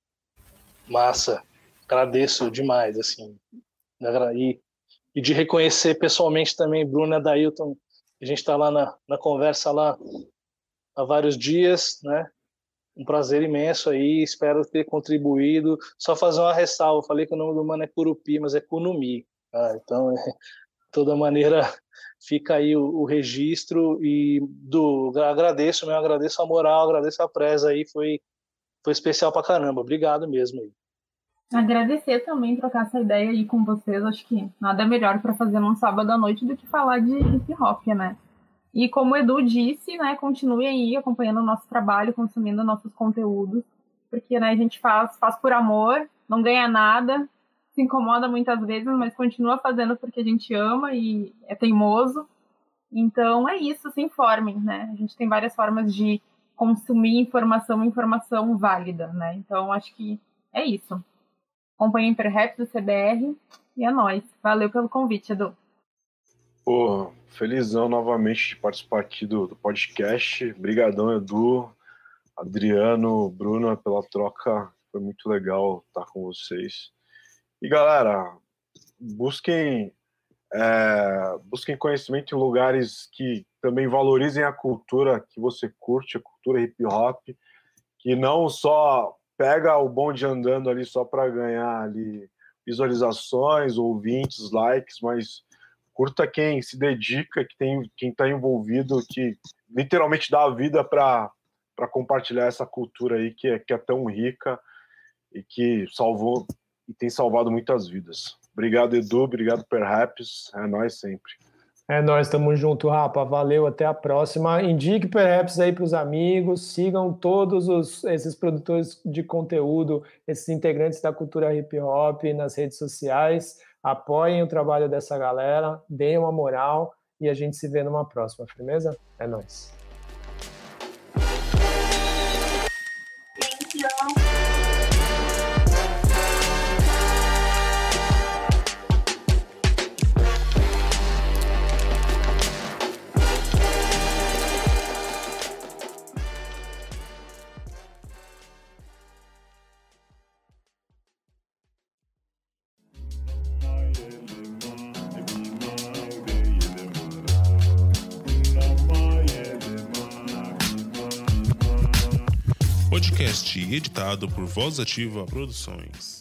Massa, agradeço demais, assim, e, e de reconhecer pessoalmente também Bruna, Dailton, a gente está lá na, na conversa lá há vários dias, né? Um prazer imenso aí, espero ter contribuído. Só fazer uma ressalva, falei que o nome do mano é Curupi, mas é Kunumi, tá? Então, de toda maneira, fica aí o, o registro e do, agradeço mesmo, agradeço a moral, agradeço a presa aí, foi, foi especial pra caramba, obrigado mesmo aí. Agradecer também, trocar essa ideia aí com vocês, acho que nada melhor para fazer num sábado à noite do que falar de hip hop, né? E como o Edu disse, né, continue aí acompanhando o nosso trabalho, consumindo nossos conteúdos, porque, né, a gente faz, faz por amor, não ganha nada, se incomoda muitas vezes, mas continua fazendo porque a gente ama e é teimoso. Então é isso, se informem, né? A gente tem várias formas de consumir informação, informação válida, né? Então acho que é isso. Acompanhem Perhaps do C B R e é nóis. Valeu pelo convite, Edu. Pô, felizão novamente de participar aqui do, do podcast. Brigadão, Edu, Adriano, Bruna, pela troca. Foi muito legal estar com vocês. E, galera, busquem, é, busquem conhecimento em lugares que também valorizem a cultura que você curte, a cultura hip-hop, que não só pega o bonde andando ali só para ganhar ali visualizações, ouvintes, likes, mas curta quem se dedica, que tem, quem está envolvido, que literalmente dá a vida para compartilhar essa cultura aí que é, que é tão rica e que salvou e tem salvado muitas vidas. Obrigado, Edu, obrigado, Perhaps, é nóis sempre. É nóis, tamo junto, Rapa, valeu, até a próxima. Indique Perhaps aí para os amigos, sigam todos os, esses produtores de conteúdo, esses integrantes da cultura hip hop nas redes sociais, apoiem o trabalho dessa galera, deem uma moral e a gente se vê numa próxima, firmeza? É nóis. Podcast editado por Voz Ativa Produções.